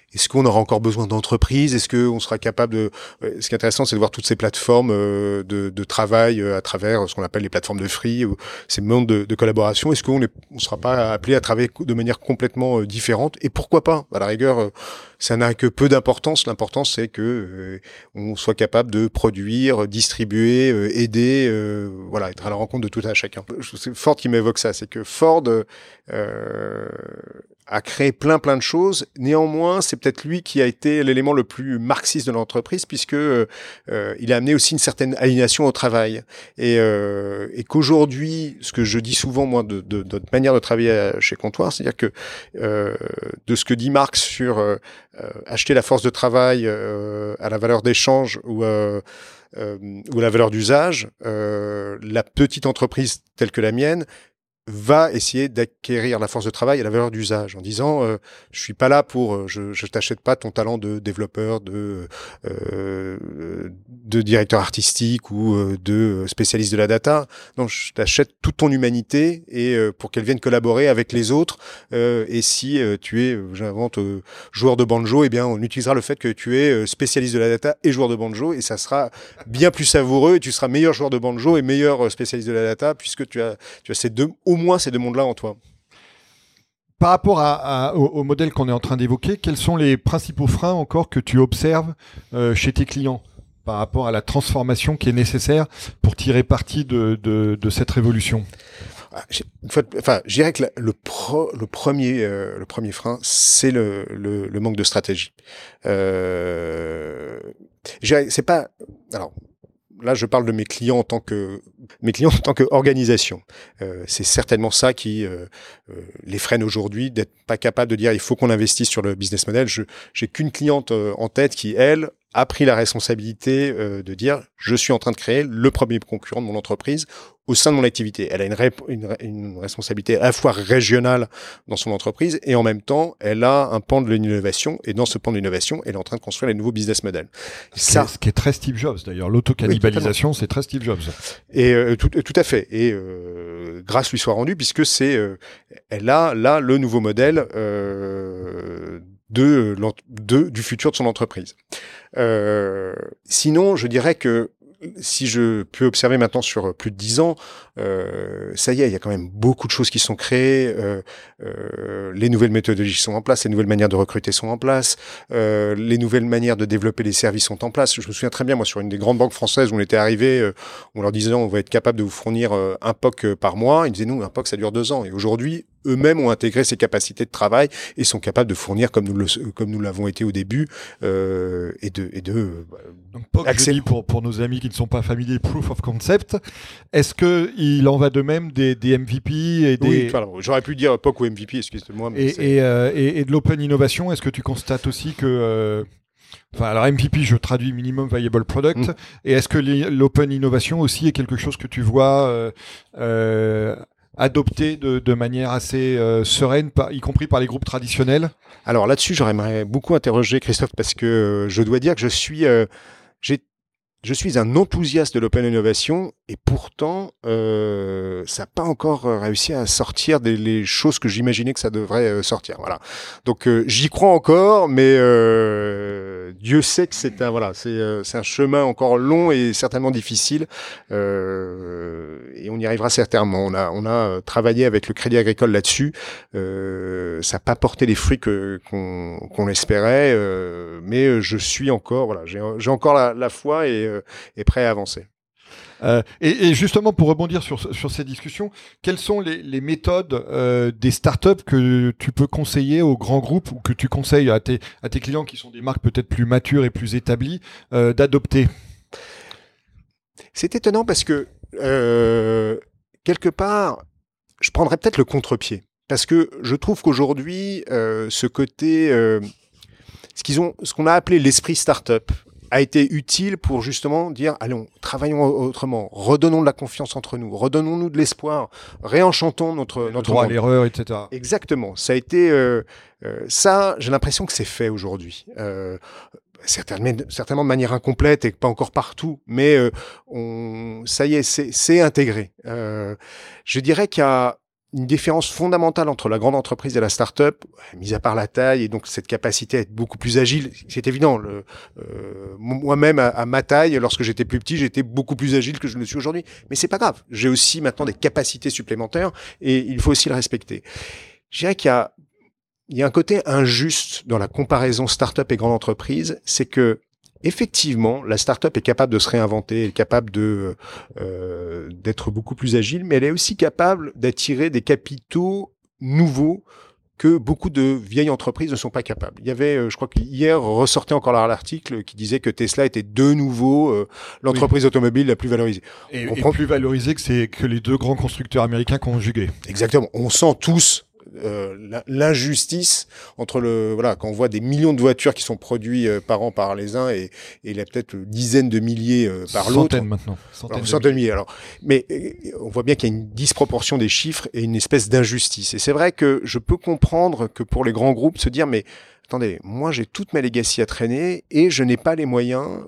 [SPEAKER 3] est-ce qu'on aura encore besoin d'entreprises? Est-ce qu'on sera capable de... Ce qui est intéressant, c'est de voir toutes ces plateformes euh, de, de travail euh, à travers ce qu'on appelle les plateformes de free, ou ces mondes de, de collaboration. Est-ce qu'on ne sera pas appelé à travailler de manière complètement euh, différente? Et pourquoi pas? À la rigueur, euh, ça n'a que peu d'importance. L'importance, c'est que euh, on soit capable de produire, distribuer, euh, aider, euh, voilà, être à la rencontre de tout à chacun. C'est Ford qui m'évoque ça, c'est que Ford euh, a créé plein plein de choses. Néanmoins, c'est peut-être lui qui a été l'élément le plus marxiste de l'entreprise, puisque euh, il a amené aussi une certaine aliénation au travail. Et, euh, et qu'aujourd'hui, ce que je dis souvent moi de, de, de notre manière de travailler chez Comptoir, c'est-à-dire que euh, de ce que dit Marx sur euh, acheter la force de travail euh, à la valeur d'échange ou euh, euh, ou à la valeur d'usage, euh, la petite entreprise telle que la mienne va essayer d'acquérir la force de travail à la valeur d'usage en disant euh, je suis pas là pour euh, je je t'achète pas ton talent de développeur, de euh, de directeur artistique ou euh, de spécialiste de la data. Non, je t'achète toute ton humanité et euh, pour qu'elle vienne collaborer avec les autres. Euh, et si euh, tu es, euh, j'invente, euh, joueur de banjo, eh bien on utilisera le fait que tu es euh, spécialiste de la data et joueur de banjo, et ça sera bien plus savoureux et tu seras meilleur joueur de banjo et meilleur spécialiste de la data puisque tu as tu as ces deux au moins ces deux mondes-là en toi.
[SPEAKER 2] Par rapport à, à, au, au modèle qu'on est en train d'évoquer, quels sont les principaux freins encore que tu observes euh, chez tes clients par rapport à la transformation qui est nécessaire pour tirer parti de, de, de cette révolution?
[SPEAKER 3] Une fois, enfin, je dirais que la, le, pro, le premier, euh, le premier frein, c'est le, le, le manque de stratégie. Euh, je dirais, c'est pas, alors. Là, je parle de mes clients en tant que mes clients en tant qu'organisation. Euh, c'est certainement ça qui euh, euh, les freine aujourd'hui, d'être pas capable de dire il faut qu'on investisse sur le business model. Je j'ai qu'une cliente euh, en tête qui, elle, a pris la responsabilité euh, de dire je suis en train de créer le premier concurrent de mon entreprise au sein de mon activité. Elle a une, ré- une, une responsabilité à la fois régionale dans son entreprise et en même temps, elle a un pan de l'innovation, et dans ce pan de l'innovation, elle est en train de construire les nouveaux business models.
[SPEAKER 2] Ce, ça, qui, est, ce qui est très Steve Jobs d'ailleurs, l'autocannibalisation, oui, c'est très Steve Jobs.
[SPEAKER 3] Et euh, tout, tout à fait. Et euh, grâce lui soit rendue, puisque c'est, euh, elle a là le nouveau modèle euh, de, de du futur de son entreprise. Euh, sinon, je dirais que si je peux observer maintenant sur plus de dix ans, euh, ça y est, il y a quand même beaucoup de choses qui sont créées, euh, euh, les nouvelles méthodologies sont en place, les nouvelles manières de recruter sont en place, euh, les nouvelles manières de développer les services sont en place. Je me souviens très bien, moi, sur une des grandes banques françaises où on était arrivé, euh, on leur disait, on va être capable de vous fournir euh, un P O C par mois. Ils disaient, nous, un P O C, ça dure deux ans. Et aujourd'hui, eux-mêmes ont intégré ces capacités de travail et sont capables de fournir, comme nous le, comme nous l'avons été au début, euh, et de, et de. Euh,
[SPEAKER 2] Donc P O C, je dis pour pour nos amis qui ne sont pas familiers, proof of concept. Est-ce que il en va de même des, des M V P et des.
[SPEAKER 3] Oui, enfin, j'aurais pu dire P O C ou M V P, excusez-moi. Mais
[SPEAKER 2] et, et, euh, et, et de l'open innovation, est-ce que tu constates aussi que euh, Enfin, alors M V P, je traduis minimum viable product. Mmh. Et est-ce que l'open innovation aussi est quelque chose que tu vois euh, euh, adopté de, de manière assez euh, sereine, par, y compris par les groupes traditionnels?
[SPEAKER 3] Alors là-dessus, j'aimerais beaucoup interroger Christophe, parce que euh, je dois dire que je suis, euh, j'ai, je suis un enthousiaste de l'open innovation, et pourtant, euh, ça n'a pas encore réussi à sortir des les choses que j'imaginais que ça devrait euh, sortir. Voilà. Donc euh, j'y crois encore, mais euh, Dieu sait que c'est un voilà, c'est euh, c'est un chemin encore long et certainement difficile. Euh, et on y arrivera certainement. On a on a travaillé avec le Crédit Agricole là-dessus. Euh, ça n'a pas porté les fruits que qu'on qu'on espérait, euh, mais je suis encore voilà, j'ai j'ai encore la, la foi et, euh, et prêt à avancer.
[SPEAKER 2] Euh, et, et justement, pour rebondir sur, sur ces discussions, quelles sont les, les méthodes euh, des startups que tu peux conseiller aux grands groupes, ou que tu conseilles à tes, à tes clients qui sont des marques peut-être plus matures et plus établies euh, d'adopter?
[SPEAKER 3] C'est étonnant parce que euh, quelque part, je prendrais peut-être le contre-pied, parce que je trouve qu'aujourd'hui, euh, ce côté, euh, ce qu'ils ont, ce qu'on a appelé l'esprit startup, a été utile pour justement dire, allons, travaillons autrement, redonnons de la confiance entre nous, redonnons-nous de l'espoir, réenchantons notre, notre
[SPEAKER 2] droit à l'erreur, et cetera.
[SPEAKER 3] Exactement. Ça a été, euh, euh, ça, j'ai l'impression que c'est fait aujourd'hui. Euh, certainement, certainement de manière incomplète et pas encore partout, mais euh, on, ça y est, c'est, c'est intégré. Euh, je dirais qu'il y a une différence fondamentale entre la grande entreprise et la start-up, mis à part la taille et donc cette capacité à être beaucoup plus agile. C'est évident. Le, euh, moi-même, à, à ma taille, lorsque j'étais plus petit, j'étais beaucoup plus agile que je ne le suis aujourd'hui. Mais c'est pas grave. J'ai aussi maintenant des capacités supplémentaires et il faut aussi le respecter. Je dirais qu'il y a, il y a un côté injuste dans la comparaison start-up et grande entreprise, c'est que effectivement, la start-up est capable de se réinventer, elle est capable de euh, d'être beaucoup plus agile, mais elle est aussi capable d'attirer des capitaux nouveaux que beaucoup de vieilles entreprises ne sont pas capables. Il y avait, euh, je crois qu'hier ressortait encore l'article qui disait que Tesla était de nouveau euh, l'entreprise oui. automobile la plus valorisée.
[SPEAKER 2] Et, et prend... plus valorisée que c'est que les deux grands constructeurs américains conjugués.
[SPEAKER 3] Exactement. On sent tous Euh, l'injustice entre le voilà quand on voit des millions de voitures qui sont produites euh, par an par les uns et, et il y a peut-être dizaines de milliers euh, par l'autre.
[SPEAKER 2] Centaines maintenant. Centaines,
[SPEAKER 3] alors, de, centaines de milliers. Alors, mais euh, on voit bien qu'il y a une disproportion des chiffres et une espèce d'injustice. Et c'est vrai que je peux comprendre que pour les grands groupes se dire mais attendez, moi j'ai toute ma legacy à traîner et je n'ai pas les moyens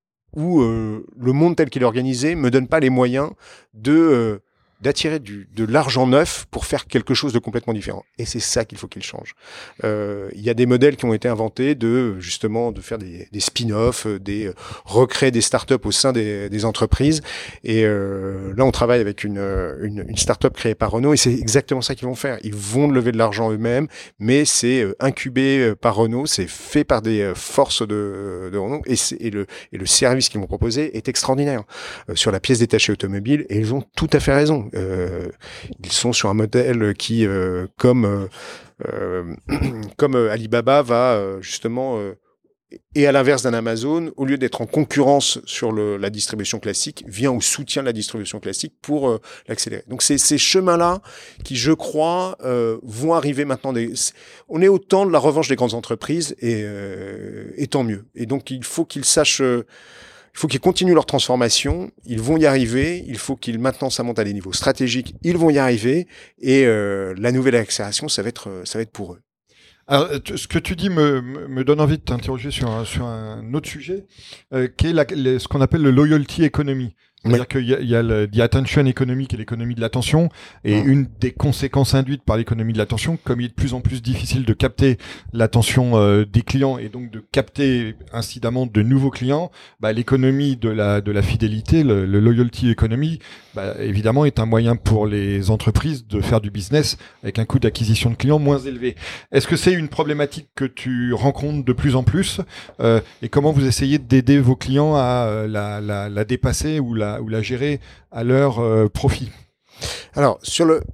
[SPEAKER 3] ou euh, le monde tel qu'il est organisé me donne pas les moyens de euh, d'attirer du, de l'argent neuf pour faire quelque chose de complètement différent. Et c'est ça qu'il faut qu'il change. Euh, il y a des modèles qui ont été inventés de, justement, de faire des, des spin-offs, des, recréer des startups au sein des, des entreprises. Et euh, là, on travaille avec une, une, une startup créée par Renault et c'est exactement ça qu'ils vont faire. Ils vont lever de l'argent eux-mêmes, mais c'est incubé par Renault, c'est fait par des forces de, de Renault et, et, le, et le service qu'ils vont proposer est extraordinaire. Euh, sur la pièce détachée automobile, et ils ont tout à fait raison. Euh, ils sont sur un modèle qui, euh, comme euh, euh, comme Alibaba, va euh, justement euh, et à l'inverse d'un Amazon, au lieu d'être en concurrence sur le, la distribution classique, vient au soutien de la distribution classique pour euh, l'accélérer. Donc c'est ces chemins-là qui, je crois, euh, vont arriver maintenant. Des... On est au temps de la revanche des grandes entreprises et, euh, et tant mieux. Et donc il faut qu'ils sachent. Euh, Il faut qu'ils continuent leur transformation, ils vont y arriver, il faut qu'ils, maintenant ça monte à des niveaux stratégiques, ils vont y arriver, et euh, la nouvelle accélération, ça va être, ça va être pour eux.
[SPEAKER 2] Alors, ce que tu dis me, me donne envie de t'interroger sur un, sur un autre sujet, euh, qui est la, les, ce qu'on appelle le loyalty economy. C'est-à-dire oui. qu'il y a, il y a le the attention économique et l'économie de l'attention, et mmh. une des conséquences induites par l'économie de l'attention, comme il est de plus en plus difficile de capter l'attention euh, des clients et donc de capter incidemment de nouveaux clients, bah, l'économie de la de la fidélité, le, le loyalty economy, bah, évidemment est un moyen pour les entreprises de faire du business avec un coût d'acquisition de clients moins élevé. Est-ce que c'est une problématique que tu rencontres de plus en plus, euh, et comment vous essayez d'aider vos clients à euh, la, la, la dépasser ou la ou la gérer à leur euh, profit?
[SPEAKER 3] Alors, sur le,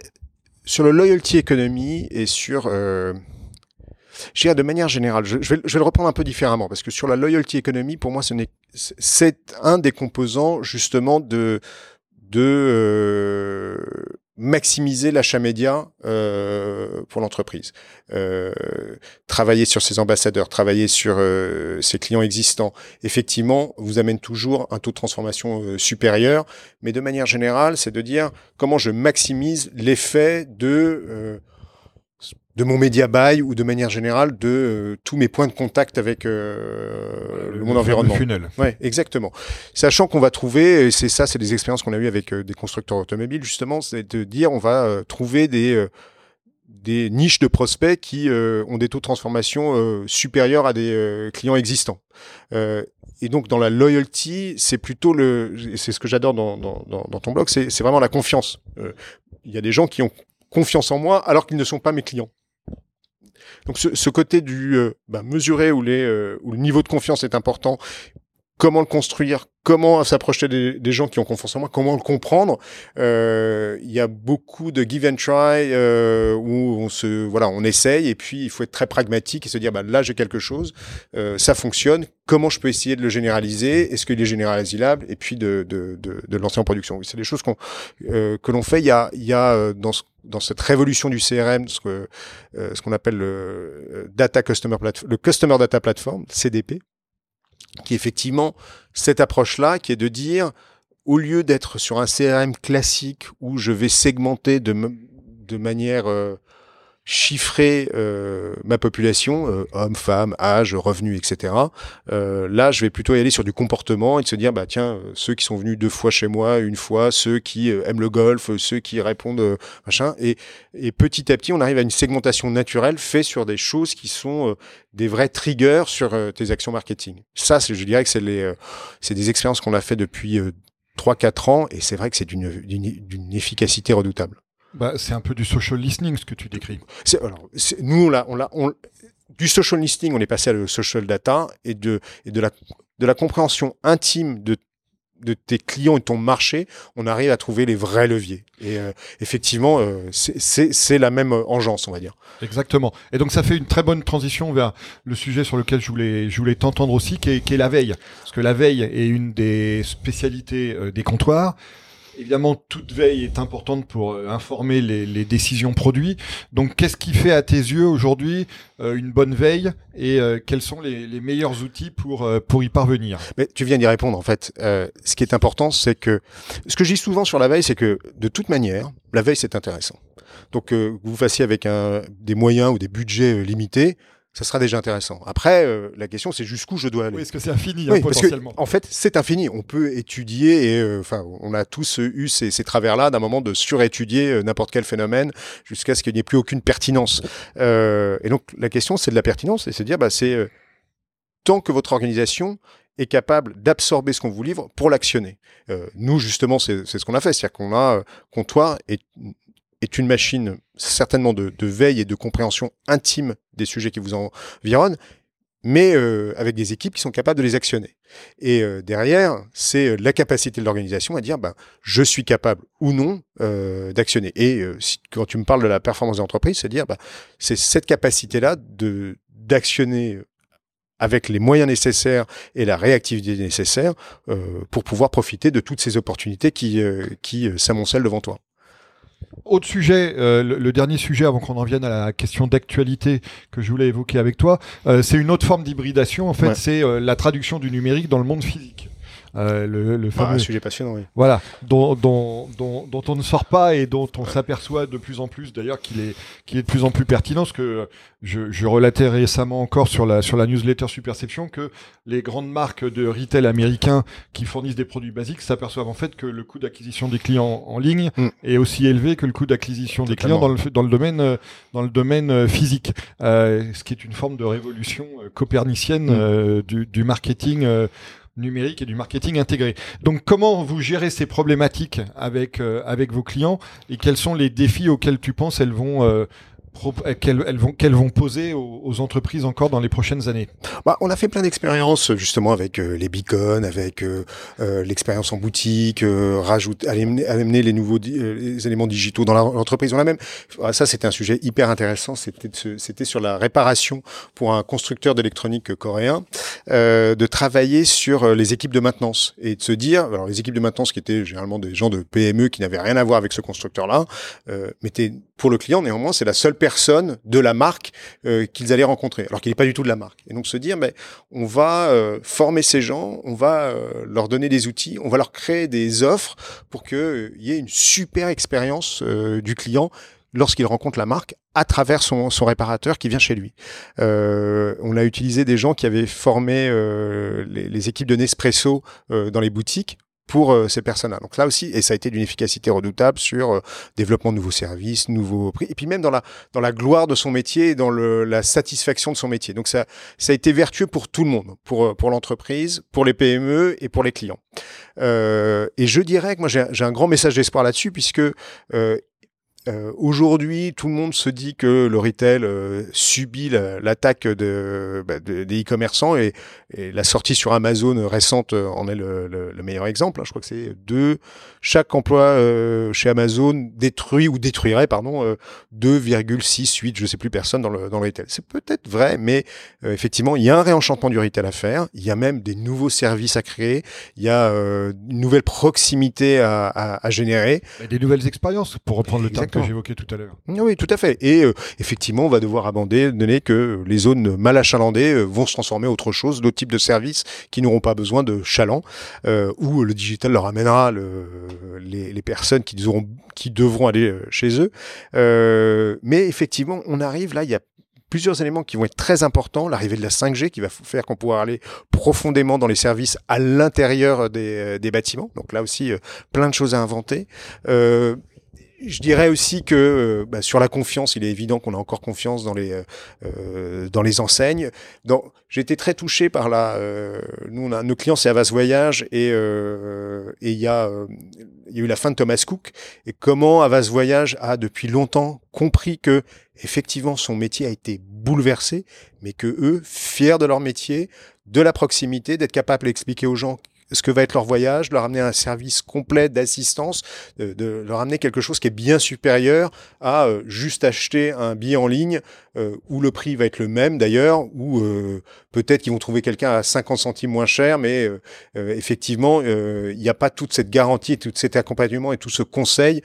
[SPEAKER 3] sur le loyalty economy et sur, euh, je dirais de manière générale, je, je, vais, je vais le reprendre un peu différemment, parce que sur la loyalty economy, pour moi, ce n'est, c'est un des composants, justement, de, de euh, maximiser l'achat média euh, pour l'entreprise. Euh, travailler sur ses ambassadeurs, travailler sur euh, ses clients existants, effectivement, vous amène toujours un taux de transformation euh, supérieur, mais de manière générale, c'est de dire comment je maximise l'effet de euh, de mon média buy ou de manière générale de euh, tous mes points de contact avec euh, le, mon environnement.
[SPEAKER 2] Funnel.
[SPEAKER 3] Ouais, exactement. Sachant qu'on va trouver, et c'est ça, c'est des expériences qu'on a eues avec euh, des constructeurs automobiles justement, c'est de dire on va euh, trouver des euh, des niches de prospects qui euh, ont des taux de transformation euh, supérieurs à des euh, clients existants. Euh, et donc dans la loyalty, c'est plutôt le, c'est ce que j'adore dans dans dans, dans ton blog, c'est c'est vraiment la confiance. Euh, il y a des gens qui ont confiance en moi alors qu'ils ne sont pas mes clients. Donc ce, ce côté du euh, bah, mesurer où, les, euh, où le niveau de confiance est important, comment le construire, comment s'approcher des, des gens qui ont confiance en moi, comment le comprendre. Euh, il y a beaucoup de give and try euh, où on se, voilà, on essaye et puis il faut être très pragmatique et se dire bah là j'ai quelque chose, euh, ça fonctionne. Comment je peux essayer de le généraliser? Est-ce qu'il est généralisable? Et puis de de de, de lancer en production. Oui, c'est des choses qu'on euh, que l'on fait. Il y a il y a dans ce dans cette révolution du C R M, ce que euh, ce qu'on appelle le data customer platform, le customer data platform, C D P, qui est effectivement cette approche-là, qui est de dire, au lieu d'être sur un C R M classique où je vais segmenter de, de manière, euh, chiffrer euh, ma population, euh, hommes, femmes, âge, revenus, et cetera. Euh, là, je vais plutôt y aller sur du comportement et de se dire, bah tiens, euh, ceux qui sont venus deux fois chez moi, une fois, ceux qui euh, aiment le golf, euh, ceux qui répondent, euh, machin. Et, et petit à petit, on arrive à une segmentation naturelle faite sur des choses qui sont euh, des vrais triggers sur euh, tes actions marketing. Ça, c'est, je dirais que c'est, les, euh, c'est des expériences qu'on a fait depuis euh, trois quatre ans et c'est vrai que c'est d'une, d'une, d'une efficacité redoutable.
[SPEAKER 2] Bah, c'est un peu du social listening ce que tu décris.
[SPEAKER 3] C'est, alors, c'est, nous, on l'a, on l'a, on, du social listening, on est passé à le social data et de, et de la, de la compréhension intime de, de tes clients et de ton marché, on arrive à trouver les vrais leviers. Et euh, effectivement, euh, c'est, c'est, c'est la même engeance, on va dire.
[SPEAKER 2] Exactement. Et donc, ça fait une très bonne transition vers le sujet sur lequel je voulais, je voulais t'entendre aussi, qui est, qui est la veille. Parce que la veille est une des spécialités euh, des comptoirs. Évidemment, toute veille est importante pour euh, informer les, les décisions produits. Donc, qu'est-ce qui fait à tes yeux aujourd'hui euh, une bonne veille et euh, quels sont les, les meilleurs outils pour euh, pour y parvenir?
[SPEAKER 3] Mais tu viens d'y répondre en fait. Euh, ce qui est important, c'est que ce que je dis souvent sur la veille, c'est que de toute manière, la veille c'est intéressant. Donc, euh, que vous fassiez avec un, des moyens ou des budgets euh, limités. Ça sera déjà intéressant. Après, euh, la question, c'est jusqu'où je dois aller.
[SPEAKER 2] Oui, est-ce que c'est infini,
[SPEAKER 3] oui,
[SPEAKER 2] hein, potentiellement?
[SPEAKER 3] Parce que, en fait, c'est infini. On peut étudier et, enfin, euh, on a tous eu ces, ces travers-là d'un moment de surétudier euh, n'importe quel phénomène jusqu'à ce qu'il n'y ait plus aucune pertinence. Euh, et donc, la question, c'est de la pertinence et c'est de dire, bah, c'est euh, tant que votre organisation est capable d'absorber ce qu'on vous livre pour l'actionner. Euh, nous, justement, c'est, c'est ce qu'on a fait. C'est-à-dire qu'on a euh, Comptoir et est une machine certainement de, de veille et de compréhension intime des sujets qui vous environnent, mais euh, avec des équipes qui sont capables de les actionner. Et euh, derrière, c'est la capacité de l'organisation à dire ben, je suis capable ou non euh, d'actionner. Et euh, si, quand tu me parles de la performance de l'entreprise, c'est dire ben, c'est cette capacité-là de, d'actionner avec les moyens nécessaires et la réactivité nécessaire euh, pour pouvoir profiter de toutes ces opportunités qui, euh, qui euh, s'amoncellent devant toi.
[SPEAKER 2] Autre sujet, euh, le, le dernier sujet avant qu'on en vienne à la question d'actualité que je voulais évoquer avec toi, euh, c'est une autre forme d'hybridation. En fait, ouais. c'est euh, la traduction du numérique dans le monde physique. Euh, le, le fameux,
[SPEAKER 3] ah, un sujet passionnant, oui.
[SPEAKER 2] Voilà, dont, dont, dont, dont on ne sort pas et dont on s'aperçoit de plus en plus, d'ailleurs, qu'il est, qu'il est de plus en plus pertinent. Parce que je, je relatais récemment encore sur la, sur la newsletter Superception que les grandes marques de retail américains qui fournissent des produits basiques s'aperçoivent en fait que le coût d'acquisition des clients en ligne mm. est aussi élevé que le coût d'acquisition des clients dans le, dans le domaine, dans le domaine physique. Euh, ce qui est une forme de révolution copernicienne mm. euh, du, du marketing euh, numérique et du marketing intégré. Donc, comment vous gérez ces problématiques avec euh, avec vos clients et quels sont les défis auxquels tu penses elles vont euh, pro- qu'elles, elles vont qu'elles vont poser aux, aux entreprises encore dans les prochaines années?
[SPEAKER 3] Bah, on a fait plein d'expériences justement avec euh, les beacons, avec euh, euh, l'expérience en boutique, euh, rajoute, amener, amener les nouveaux di- euh, les éléments digitaux dans la, l'entreprise. On a même ça, c'était un sujet hyper intéressant. C'était de ce, c'était sur la réparation pour un constructeur d'électronique coréen, euh, de travailler sur les équipes de maintenance et de se dire, alors les équipes de maintenance qui étaient généralement des gens de P M E qui n'avaient rien à voir avec ce constructeur-là, euh, mais t'es, pour le client néanmoins c'est la seule personne de la marque euh, qu'ils allaient rencontrer, alors qu'il n'est pas du tout de la marque. Et donc se dire, mais on va euh, former ces gens, on va euh, leur donner des outils, on va leur créer des offres pour qu'il euh, y ait une super expérience euh, du client lorsqu'il rencontre la marque à travers son, son réparateur qui vient chez lui. Euh, on a utilisé des gens qui avaient formé euh, les, les équipes de Nespresso euh, dans les boutiques pour euh, ces personnes-là. Donc là aussi, et ça a été d'une efficacité redoutable sur euh, développement de nouveaux services, nouveaux prix, et puis même dans la dans la gloire de son métier et dans le, la satisfaction de son métier. Donc ça ça a été vertueux pour tout le monde, pour pour l'entreprise, pour les P M E et pour les clients. Euh, et je dirais que moi j'ai, j'ai un grand message d'espoir là-dessus puisque euh, Euh, aujourd'hui, tout le monde se dit que le retail euh, subit la, l'attaque de, bah, de, des e-commerçants et, et la sortie sur Amazon récente en est le, le, le meilleur exemple. Je crois que c'est deux, chaque emploi euh, chez Amazon détruit ou détruirait, pardon, euh, deux virgule six huit, je sais plus personne dans le, dans le retail. C'est peut-être vrai, mais euh, effectivement, il y a un réenchantement du retail à faire. Il y a même des nouveaux services à créer. Il y a euh, une nouvelle proximité à, à, à générer.
[SPEAKER 2] Et des nouvelles expériences, pour reprendre le terme que j'évoquais tout à l'heure.
[SPEAKER 3] Oui, tout à fait. Et euh, effectivement, on va devoir abandonner que les zones mal achalandées euh, vont se transformer en autre chose, d'autres types de services qui n'auront pas besoin de chalands, euh, où le digital leur amènera le, les, les personnes qui, auront, qui devront aller chez eux. Euh, mais effectivement, on arrive là, il y a plusieurs éléments qui vont être très importants. L'arrivée de la cinq G qui va faire qu'on pourra aller profondément dans les services à l'intérieur des, des bâtiments. Donc là aussi, euh, plein de choses à inventer. Euh, Je dirais aussi que euh, bah, sur la confiance, il est évident qu'on a encore confiance dans les euh, dans les enseignes. Dans, j'ai été très touché par la. Euh, nous, on a nos clients, c'est Havas Voyage et euh, et il y a euh, il y a eu la fin de Thomas Cook et comment Havas Voyage a depuis longtemps compris que effectivement son métier a été bouleversé, mais que eux, fiers de leur métier, de la proximité, d'être capables d'expliquer aux gens ce que va être leur voyage, leur amener un service complet d'assistance, de, de leur amener quelque chose qui est bien supérieur à euh, juste acheter un billet en ligne euh, où le prix va être le même d'ailleurs, où euh, peut-être qu'ils vont trouver quelqu'un à cinquante centimes moins cher, mais euh, euh, effectivement, il euh, n'y a pas toute cette garantie, tout cet accompagnement et tout ce conseil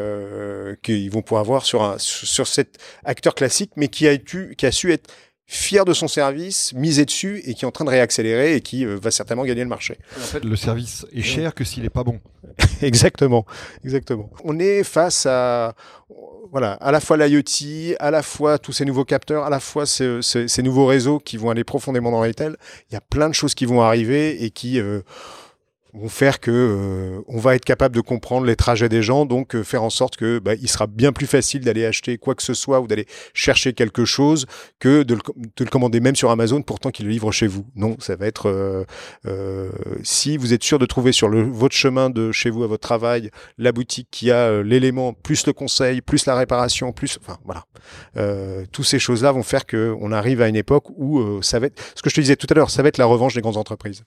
[SPEAKER 3] euh, qu'ils vont pouvoir avoir sur, un, sur cet acteur classique, mais qui a, eu, qui a su être fier de son service, misé dessus et qui est en train de réaccélérer et qui euh, va certainement gagner le marché.
[SPEAKER 2] En fait, le service est cher que s'il n'est pas bon.
[SPEAKER 3] Exactement, exactement. On est face à, voilà, à la fois l'IoT, à la fois tous ces nouveaux capteurs, à la fois ces, ces, ces nouveaux réseaux qui vont aller profondément dans le retail. Il y a plein de choses qui vont arriver et qui euh, vont faire que euh, on va être capable de comprendre les trajets des gens, donc euh, faire en sorte que bah, il sera bien plus facile d'aller acheter quoi que ce soit ou d'aller chercher quelque chose que de le, de le commander même sur Amazon pourtant qu'il le livre chez vous. Non, ça va être euh, euh, si vous êtes sûr de trouver sur le, votre chemin de chez vous à votre travail la boutique qui a euh, l'élément plus le conseil, plus la réparation, plus enfin voilà. Euh, toutes ces choses-là vont faire que on arrive à une époque où euh, ça va être ce que je te disais tout à l'heure, ça va être la revanche des grandes entreprises.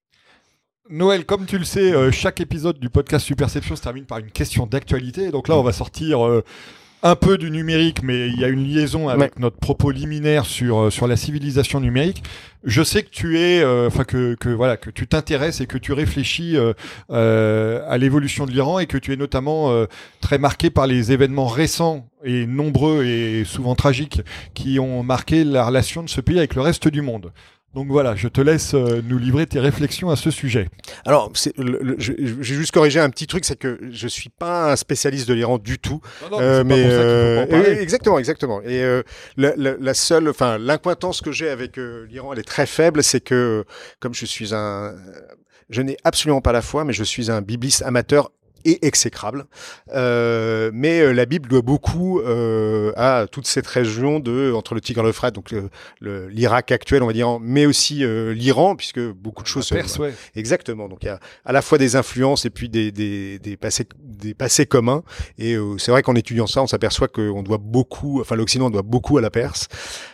[SPEAKER 2] Noël, comme tu le sais, euh, chaque épisode du podcast Superception se termine par une question d'actualité. Donc là, on va sortir euh, un peu du numérique, mais il y a une liaison avec ouais. notre propos liminaire sur euh, sur la civilisation numérique. Je sais que tu es, enfin euh, que que voilà, que tu t'intéresses et que tu réfléchis euh, euh, à l'évolution de l'Iran et que tu es notamment euh, très marqué par les événements récents et nombreux et souvent tragiques qui ont marqué la relation de ce pays avec le reste du monde. Donc voilà, je te laisse euh, nous livrer tes réflexions à ce sujet.
[SPEAKER 3] Alors, c'est, le, le, je, j'ai juste corrigé un petit truc, c'est que je suis pas un spécialiste de l'Iran du tout.
[SPEAKER 2] Non, non, mais, euh, c'est mais pas pour ça qu'il faut pas en parler.
[SPEAKER 3] Euh, exactement, exactement. Et euh, la, la, la seule, enfin, l'incointance que j'ai avec euh, l'Iran, elle est très faible. C'est que, comme je suis un, je n'ai absolument pas la foi, mais je suis un bibliste amateur et exécrable. Euh, mais euh, la Bible doit beaucoup euh, à toute cette région de entre le Tigre et l'Euphrate, donc le, le, l'Irak actuel, on va dire, mais aussi euh, l'Iran, puisque beaucoup de choses.
[SPEAKER 2] La Perse, euh, ouais.
[SPEAKER 3] Exactement. Donc il y a à la fois des influences et puis des des des passés des passés communs. Et euh, c'est vrai qu'en étudiant ça, on s'aperçoit qu'on doit beaucoup, enfin l'Occident doit beaucoup à la Perse.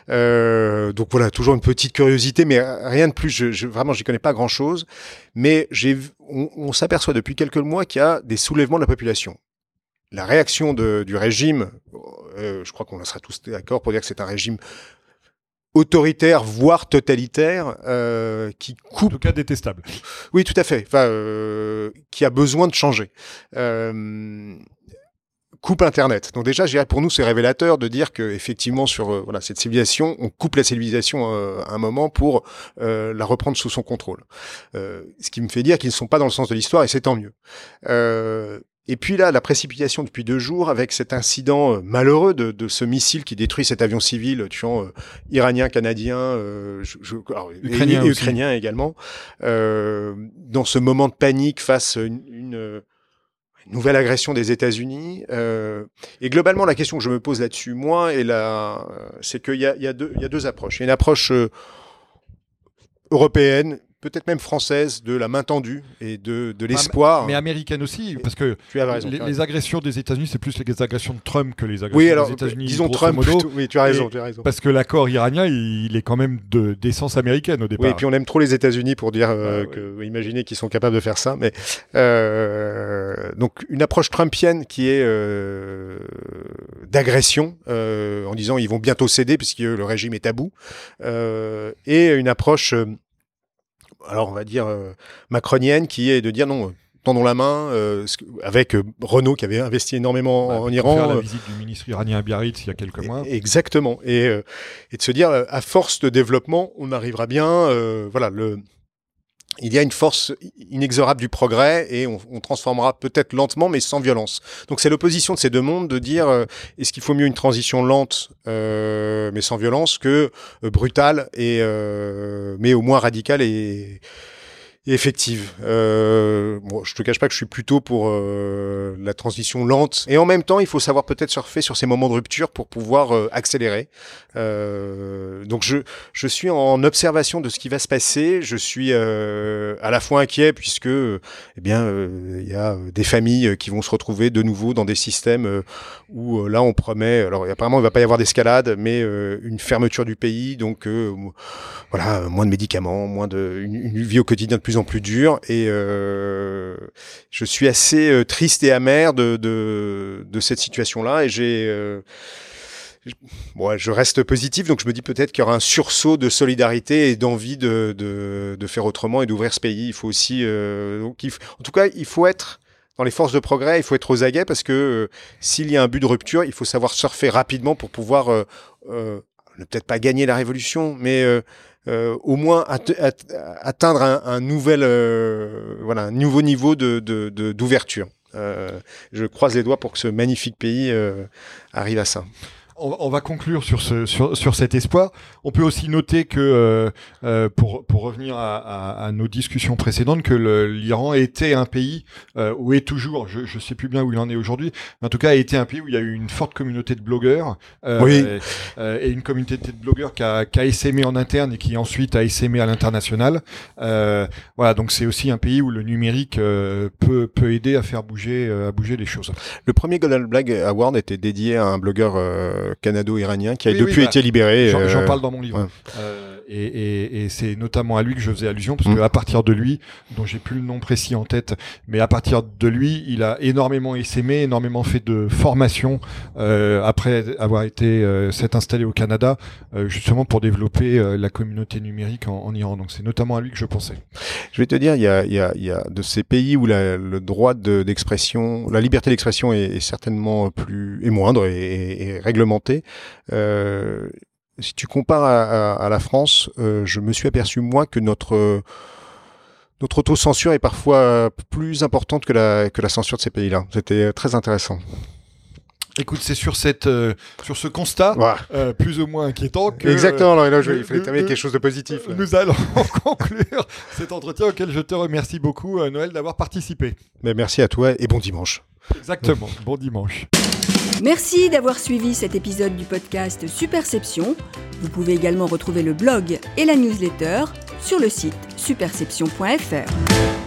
[SPEAKER 3] Euh, donc voilà, toujours une petite curiosité, mais rien de plus. Je, je vraiment, j'y connais pas grand chose. Mais j'ai, on, on s'aperçoit depuis quelques mois qu'il y a des soulèvements de la population. La réaction de, du régime, euh, je crois qu'on en sera tous d'accord pour dire que c'est un régime autoritaire, voire totalitaire, euh, qui coupe...
[SPEAKER 2] En tout cas détestable.
[SPEAKER 3] Oui, tout à fait. Enfin, euh, qui a besoin de changer. Euh, coupe Internet. Donc déjà, je dirais pour nous, c'est révélateur de dire que effectivement sur euh, voilà cette civilisation, on coupe la civilisation euh, à un moment pour euh, la reprendre sous son contrôle. Euh, ce qui me fait dire qu'ils ne sont pas dans le sens de l'histoire et c'est tant mieux. Euh, et puis là, la précipitation depuis deux jours avec cet incident euh, malheureux de, de ce missile qui détruit cet avion civil tuant euh, Iraniens, Canadiens, euh, je, je, alors,
[SPEAKER 2] Ukrainiens
[SPEAKER 3] et, et Ukrainiens également. Euh, dans ce moment de panique face à une, une nouvelle agression des États-Unis. Euh, et globalement, la question que je me pose là-dessus, moi, et là, c'est qu'il y a, il y a deux, il y a deux approches. Il y a une approche euh, européenne, peut-être même française, de la main tendue et de, de l'espoir.
[SPEAKER 2] Mais américaine aussi, parce que
[SPEAKER 3] tu as raison,
[SPEAKER 2] les,
[SPEAKER 3] tu as
[SPEAKER 2] les agressions des États-unis, c'est plus les agressions de Trump que les agressions
[SPEAKER 3] oui, alors,
[SPEAKER 2] des États-Unis.
[SPEAKER 3] Disons Trump, plutôt, oui, tu as raison, tu as raison.
[SPEAKER 2] Parce que l'accord iranien, il, il est quand même de, d'essence américaine au départ.
[SPEAKER 3] Oui, et puis on aime trop les États-Unis pour dire euh,
[SPEAKER 2] ah,
[SPEAKER 3] que,
[SPEAKER 2] oui.
[SPEAKER 3] imaginez qu'ils sont capables de faire ça. Mais euh, donc une approche trumpienne qui est euh, d'agression, euh, en disant ils vont bientôt céder puisque le régime est à bout, euh, et une approche euh, alors on va dire euh, macronienne qui est de dire non, tendons la main, euh, avec euh, Renault qui avait investi énormément
[SPEAKER 2] ouais,
[SPEAKER 3] en Iran.
[SPEAKER 2] Faire la
[SPEAKER 3] euh,
[SPEAKER 2] visite du ministre iranien à Biarritz il y a quelques mois.
[SPEAKER 3] Exactement. Et, euh, et de se dire, à force de développement, on arrivera bien. Euh, voilà, le, il y a une force inexorable du progrès et on, on transformera peut-être lentement, mais sans violence. Donc c'est l'opposition de ces deux mondes de dire, euh, est-ce qu'il faut mieux une transition lente, euh, mais sans violence, que euh, brutale, et, euh, mais au moins radicale et... Et effective. Euh, bon, je te cache pas que je suis plutôt pour euh, la transition lente. Et en même temps, il faut savoir peut-être surfer sur ces moments de rupture pour pouvoir euh, accélérer. Euh, donc je je suis en observation de ce qui va se passer. Je suis euh, à la fois inquiet puisque euh, eh bien il euh, y a des familles qui vont se retrouver de nouveau dans des systèmes euh, où euh, là on promet. Alors apparemment il va pas y avoir d'escalade, mais euh, une fermeture du pays. Donc euh, voilà, moins de médicaments, moins de une, une vie au quotidien de plus en plus dure, et euh, je suis assez euh, triste et amer de de, de cette situation-là, et j'ai euh, je, bon, je reste positif, donc je me dis peut-être qu'il y aura un sursaut de solidarité et d'envie de de, de faire autrement et d'ouvrir ce pays. Il faut aussi, euh, donc il, en tout cas, il faut être dans les forces de progrès, il faut être aux aguets parce que euh, s'il y a un but de rupture, il faut savoir surfer rapidement pour pouvoir euh, euh, ne peut-être pas gagner la révolution, mais euh, Euh, au moins at- at- atteindre un, un nouvel, euh, voilà, un nouveau niveau de, de, de, d'ouverture. Euh, je croise les doigts pour que ce magnifique pays euh, arrive à ça.
[SPEAKER 2] On, on va conclure sur, ce, sur, sur cet espoir. On peut aussi noter que, euh, euh, pour, pour revenir à, à, à nos discussions précédentes, que le, l'Iran était un pays, euh, où est toujours, je ne sais plus bien où il en est aujourd'hui, mais en tout cas a été un pays où il y a eu une forte communauté de blogueurs, euh,
[SPEAKER 3] oui.
[SPEAKER 2] euh, et une communauté de blogueurs qui a, qui a essaimé en interne et qui ensuite a essaimé à l'international. Euh, voilà, donc c'est aussi un pays où le numérique euh, peut, peut aider à faire bouger, euh, à bouger les choses.
[SPEAKER 3] Le premier Golden Blog Award était dédié à un blogueur euh, canado-iranien qui a
[SPEAKER 2] oui,
[SPEAKER 3] depuis
[SPEAKER 2] oui, bah,
[SPEAKER 3] été libéré.
[SPEAKER 2] J'en,
[SPEAKER 3] euh...
[SPEAKER 2] j'en parle dans mon livre.
[SPEAKER 3] Ouais.
[SPEAKER 2] Euh, et, et, et c'est notamment à lui que je faisais allusion, parce
[SPEAKER 3] mmh.
[SPEAKER 2] qu'à partir de lui, dont j'ai plus le nom précis en tête, mais à partir de lui, il a énormément essaimé, énormément fait de formation, euh, après avoir été euh, s'être installé au Canada, euh, justement pour développer euh, la communauté numérique en, en Iran. Donc c'est notamment à lui que je pensais.
[SPEAKER 3] Je vais te dire, il y a, il y a, il y a de ces pays où la, le droit de, d'expression, la liberté d'expression est, est certainement plus est moindre et, et, et réglementée. Euh, si tu compares à, à, à la France, euh, je me suis aperçu moi que notre euh, notre autocensure est parfois plus importante que la que la censure de ces pays-là. C'était très intéressant.
[SPEAKER 2] Écoute, c'est sur cette, euh, sur ce constat,
[SPEAKER 3] ouais.
[SPEAKER 2] euh, plus ou moins inquiétant que...
[SPEAKER 3] Exactement, alors là, je, il fallait
[SPEAKER 2] nous,
[SPEAKER 3] terminer quelque chose de positif. Là.
[SPEAKER 2] Nous allons conclure cet entretien auquel je te remercie beaucoup, euh, Noël, d'avoir participé.
[SPEAKER 3] Mais merci à toi et bon dimanche.
[SPEAKER 2] Exactement, bon dimanche.
[SPEAKER 1] Merci d'avoir suivi cet épisode du podcast Superception. Vous pouvez également retrouver le blog et la newsletter sur le site superception point f r.